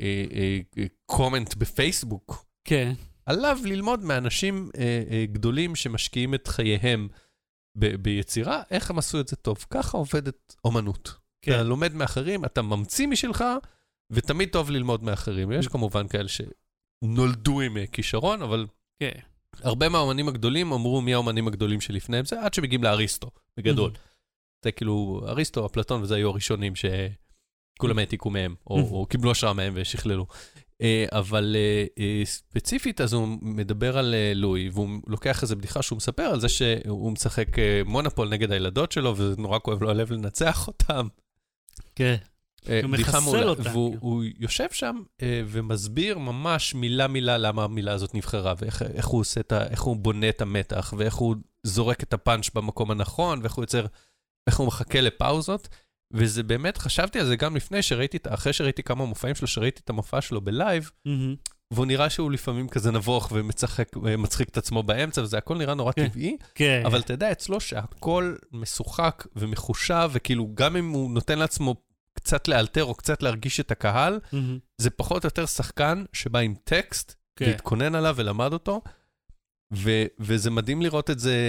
S2: קומנט בפייסבוק.
S1: כן.
S2: עליו ללמוד מאנשים גדולים שמשקיעים את חייהם ביצירה, איך הם עשו את זה טוב. ככה עובדת אומנות. אתה לומד מאחרים, אתה ממציא משלך, ותמיד טוב ללמוד מאחרים. יש כמובן כאלה שנולדו עם כישרון, אבל הרבה מהאומנים הגדולים אמרו מי האומנים הגדולים שלפניהם, זה עד שמגיעים לאריסטו, בגדול. זה כאילו, אריסטו, אפלטון, וזה היו הראשונים שכולם העתיקו מהם, או קיבלו השראה מהם ושכללו. אבל ספציפית, אז הוא מדבר על לואי, והוא לוקח איזו בדיחה שהוא מספר על זה שהוא משחק מונופול נגד הילדות שלו, וזה נורא כואב לו הלב לנצח אותם.
S1: כן.
S2: הוא מחסל אותם. והוא יושב שם ומסביר ממש מילה מילה למה המילה הזאת נבחרה, ואיך הוא עושה את ה... איך הוא בונה את המתח, ואיך הוא זורק את הפאנץ' במקום הנכון, ואיך הוא יוצר... איך הוא מחכה לפאוזות. וזה באמת, חשבתי על זה גם לפני שראיתי, אחרי שראיתי כמה מופעים שלו, שראיתי את המופע שלו בלייב, והוא נראה שהוא לפעמים כזה נבוך ומצחיק את עצמו באמצע, וזה הכל נראה נורא טבעי, אבל אתה יודע אצלו שהכל משוחק ומחושב, וכאילו גם אם הוא נותן לעצמו קצת לאלתר או קצת להרגיש את הקהל, זה פחות או יותר שחקן שבא עם טקסט, להתכונן עליו ולמד אותו, וזה מדהים לראות את זה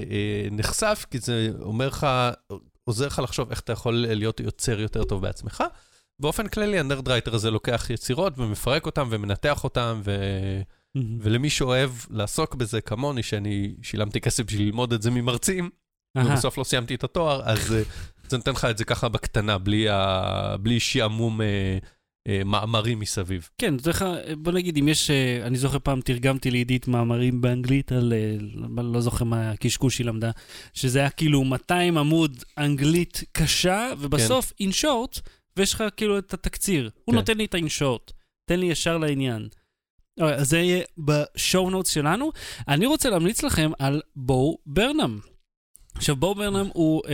S2: נחשף, כי זה אומר לך... עוזר לך לחשוב איך אתה יכול להיות יוצר יותר טוב בעצמך. באופן כללי, הנרדרייטר הזה לוקח יצירות ומפרק אותם ומנתח אותם, ו... ולמי שאוהב לעסוק בזה כמוני, שאני שילמתי כסף בשביל ללמוד את זה ממרצים, ובסוף לא סיימתי את התואר, אז זה נותן לך את זה ככה בקטנה, בלי, ה... בלי שיעמום מאמרים מסביב.
S1: כן, בוא נגיד, אם יש, אני זוכר פעם תרגמתי לידית מאמרים באנגלית, על, לא זוכר מה הקשקוש היא למדה, שזה היה כאילו מאתיים עמוד אנגלית קשה, ובסוף in short, ויש לך כאילו את התקציר. הוא נותן לי את ה-in short, תן לי ישר לעניין. אז זה יהיה בשואו נוטס שלנו. אני רוצה להמליץ לכם על בו ברנם. עכשיו, בו ברנם הוא,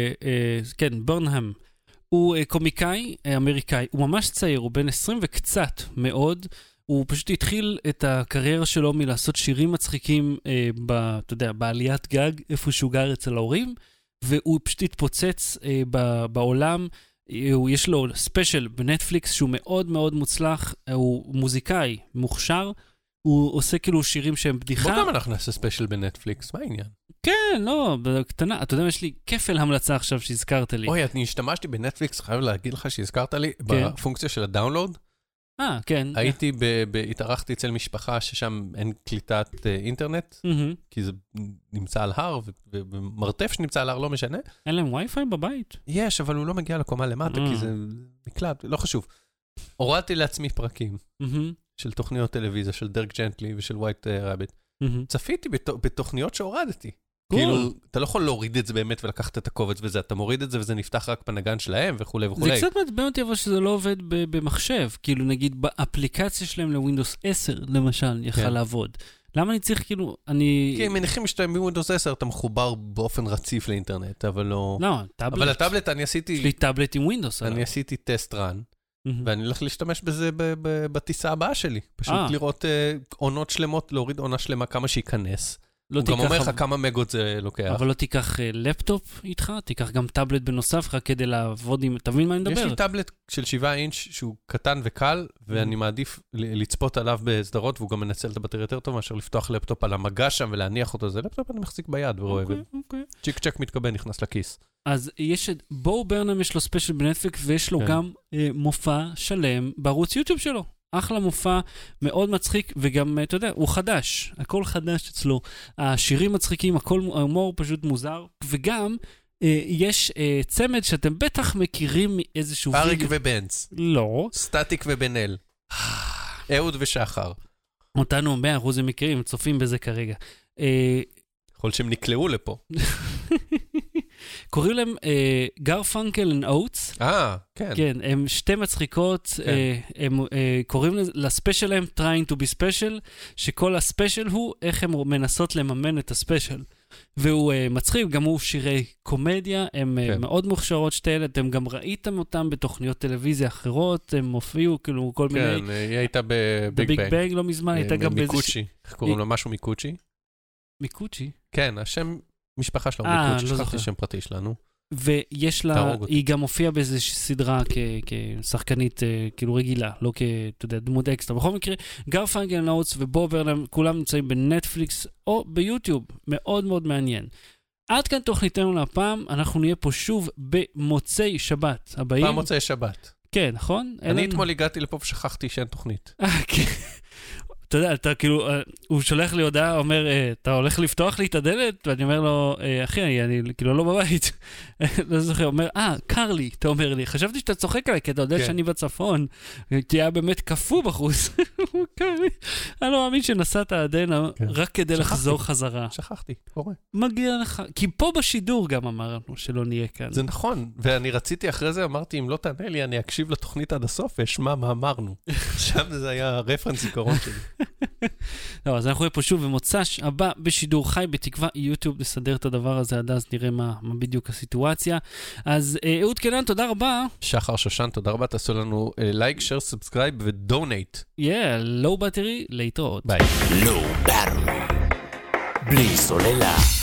S1: כן, ברנהם, הוא קומיקאי אמריקאי, הוא ממש צעיר, הוא בן עשרים וקצת מאוד, הוא פשוט התחיל את הקריירה שלו מלעשות שירים מצחיקים, אה, ב, אתה יודע, בעליית גג, איפה שהוא גר אצל ההורים, והוא פשוט התפוצץ אה, ב, בעולם, הוא, יש לו ספיישל בנטפליקס שהוא מאוד מאוד מוצלח, הוא מוזיקאי, מוכשר, הוא עושה כאילו שירים שהם בדיחה.
S2: בוא גם אנחנו נעשה ספיישל בנטפליקס, מה העניין?
S1: כן, לא, בקטנה, אתה יודע, יש לי כפל המלצה עכשיו שהזכרת לי.
S2: אוי, אני השתמשתי בנטפליקס, חייב להגיד לך שהזכרת לי, בפונקציה של הדאונלוד.
S1: אה, כן.
S2: הייתי, התארחתי אצל משפחה ששם אין קליטת אינטרנט, כי זה נמצא על הר, ומרתף שנמצא על הר לא משנה.
S1: אין להם וי-פיי בבית?
S2: יש, אבל הוא לא מגיע לקומה למטה, כי זה מקלט, לא חשוב. הורדתי לעצמי פרקים של תוכניות טלוויזיה, של דרק ג'נטלי ושל ווייט רביט. צפיתי בתוכניות שהורדתי. כאילו, אתה לא יכול להוריד את זה באמת ולקחת את הקובץ וזה, אתה מוריד את זה וזה נפתח רק בנגן שלהם וכו' וכו'.
S1: זה קצת מעצבן אותי אבל שזה לא עובד במחשב, כאילו נגיד באפליקציה שלהם לווינדוס עשר למשל יכל לעבוד. למה אני צריך כאילו, אני...
S2: כי הם מניחים שאתה בווינדוס עשר אתה מחובר באופן רציף לאינטרנט, אבל לא...
S1: לא, טאבלט.
S2: אבל הטאבלט אני עשיתי...
S1: יש לי טאבלט עם ווינדוס.
S2: אני עשיתי טסט רן, ואני הולך להשתמש בזה בטיסה הבאה שלי. פשוט לראות עונות שלמות, להוריד עונה שלמה כמה שייכנס. הוא גם אומר לך כמה מגות זה לוקח.
S1: אבל לא תיקח לפטופ איתך, תיקח גם טאבלט בנוסף לך כדי לעבוד עם... תבין מה אני מדבר?
S2: יש לי טאבלט של שבעה אינץ' שהוא קטן וקל, ואני מעדיף לצפות עליו בסדרות, והוא גם מנצל את הבטריה יותר טוב, מאשר לפתוח לפטופ על המגע שם ולהניח אותו. זה לפטופ אני מחזיק ביד ורואה. צ'יק צ'ק מתקבל, נכנס לכיס.
S1: אז יש את... בו ברנם יש לו ספיישל בנטפליקס, ויש לו גם מופע שלם בערוץ יוטיוב שלו. אחלה מופע, מאוד מצחיק, וגם, אתה יודע, הוא חדש, הכל חדש אצלו. השירים מצחיקים, הכל, ההומור פשוט מוזר, וגם אה, יש אה, צמד שאתם בטח מכירים מאיזשהו...
S2: אריק ויג... ובנץ.
S1: לא.
S2: סטטיק ובן אל. אהוד ושחר.
S1: אותנו מאה אחוז הם מכירים, צופים בזה כרגע. אה...
S2: יכול שהם נקלעו לפה.
S1: קוראים להם גרפנקל אנד אוטס.
S2: אה, כן.
S1: כן, הם שתי מצחיקות, הם קוראים לספיישל להם trying to be special, שכל הספיישל הוא איך הם מנסות לממן את הספיישל. והוא מצחיק, גם הוא שירי קומדיה, הם מאוד מוכשרות שתי אלה, אתם גם ראיתם אותם בתוכניות טלוויזיה אחרות, הם הופיעו כאילו כל מיני...
S2: כן, היא הייתה בביג בנג.
S1: בביג בנג לא מזמן, הייתה גם באיזה...
S2: מיקוצ'י, איך קוראים לו משהו מיקוצ'י?
S1: מיקוצ'י?
S2: כן, השם משפחה שלנו, מיקוצ'י, שכחתי שם פרטי שלנו.
S1: ויש לה, היא גם הופיעה באיזושהי סדרה כשחקנית כאילו רגילה, לא אתה יודע, דמות אקסטרה. בכל מקרה, גרפנקל נאוטס ובוב ארלם, כולם נמצאים בנטפליקס או ביוטיוב. מאוד מאוד מעניין. עד כאן תוכניתנו להפעם, אנחנו נהיה פה שוב במוצאי שבת הבאים.
S2: במוצאי שבת.
S1: כן, נכון?
S2: אני אתמול הגעתי לפה ושכחתי שאין תוכנית.
S1: אה, כן. אתה יודע, אתה כאילו, הוא שולח לי הודעה, אומר, אתה הולך לפתוח לי את הדלת? ואני אומר לו, אחי, אני כאילו לא בבית. לא זוכר, הוא אומר, אה, קר לי, אתה אומר לי. חשבתי שאתה צוחק עליי, כי אתה יודע שאני בצפון. תהיה באמת קפוא בחוץ. הוא קר לי. אני לא מאמין שנסעת עדיין רק כדי לחזור חזרה.
S2: שכחתי, קורה.
S1: מגיע לך. כי פה בשידור גם אמרנו שלא נהיה כאן.
S2: זה נכון, ואני רציתי אחרי זה, אמרתי, אם לא תענה לי, אני אקשיב לתוכנית עד הסוף, ואשמע מה אמרנו. שם זה היה רפרנס זיכרון שלי.
S1: לא, אז אנחנו נהיה פה שוב במוצ"ש הבא בשידור חי, בתקווה יוטיוב לסדר את הדבר הזה, עד אז נראה מה, מה בדיוק הסיטואציה. אז אהוד קנן, תודה רבה.
S2: שחר שושן, תודה רבה, תעשו לנו לייק, שייר, סאבסקרייב ודונייט.
S1: יאה, לואו בטרי, להתראות.
S2: ביי.
S3: לואו בטרי, בלי סוללה.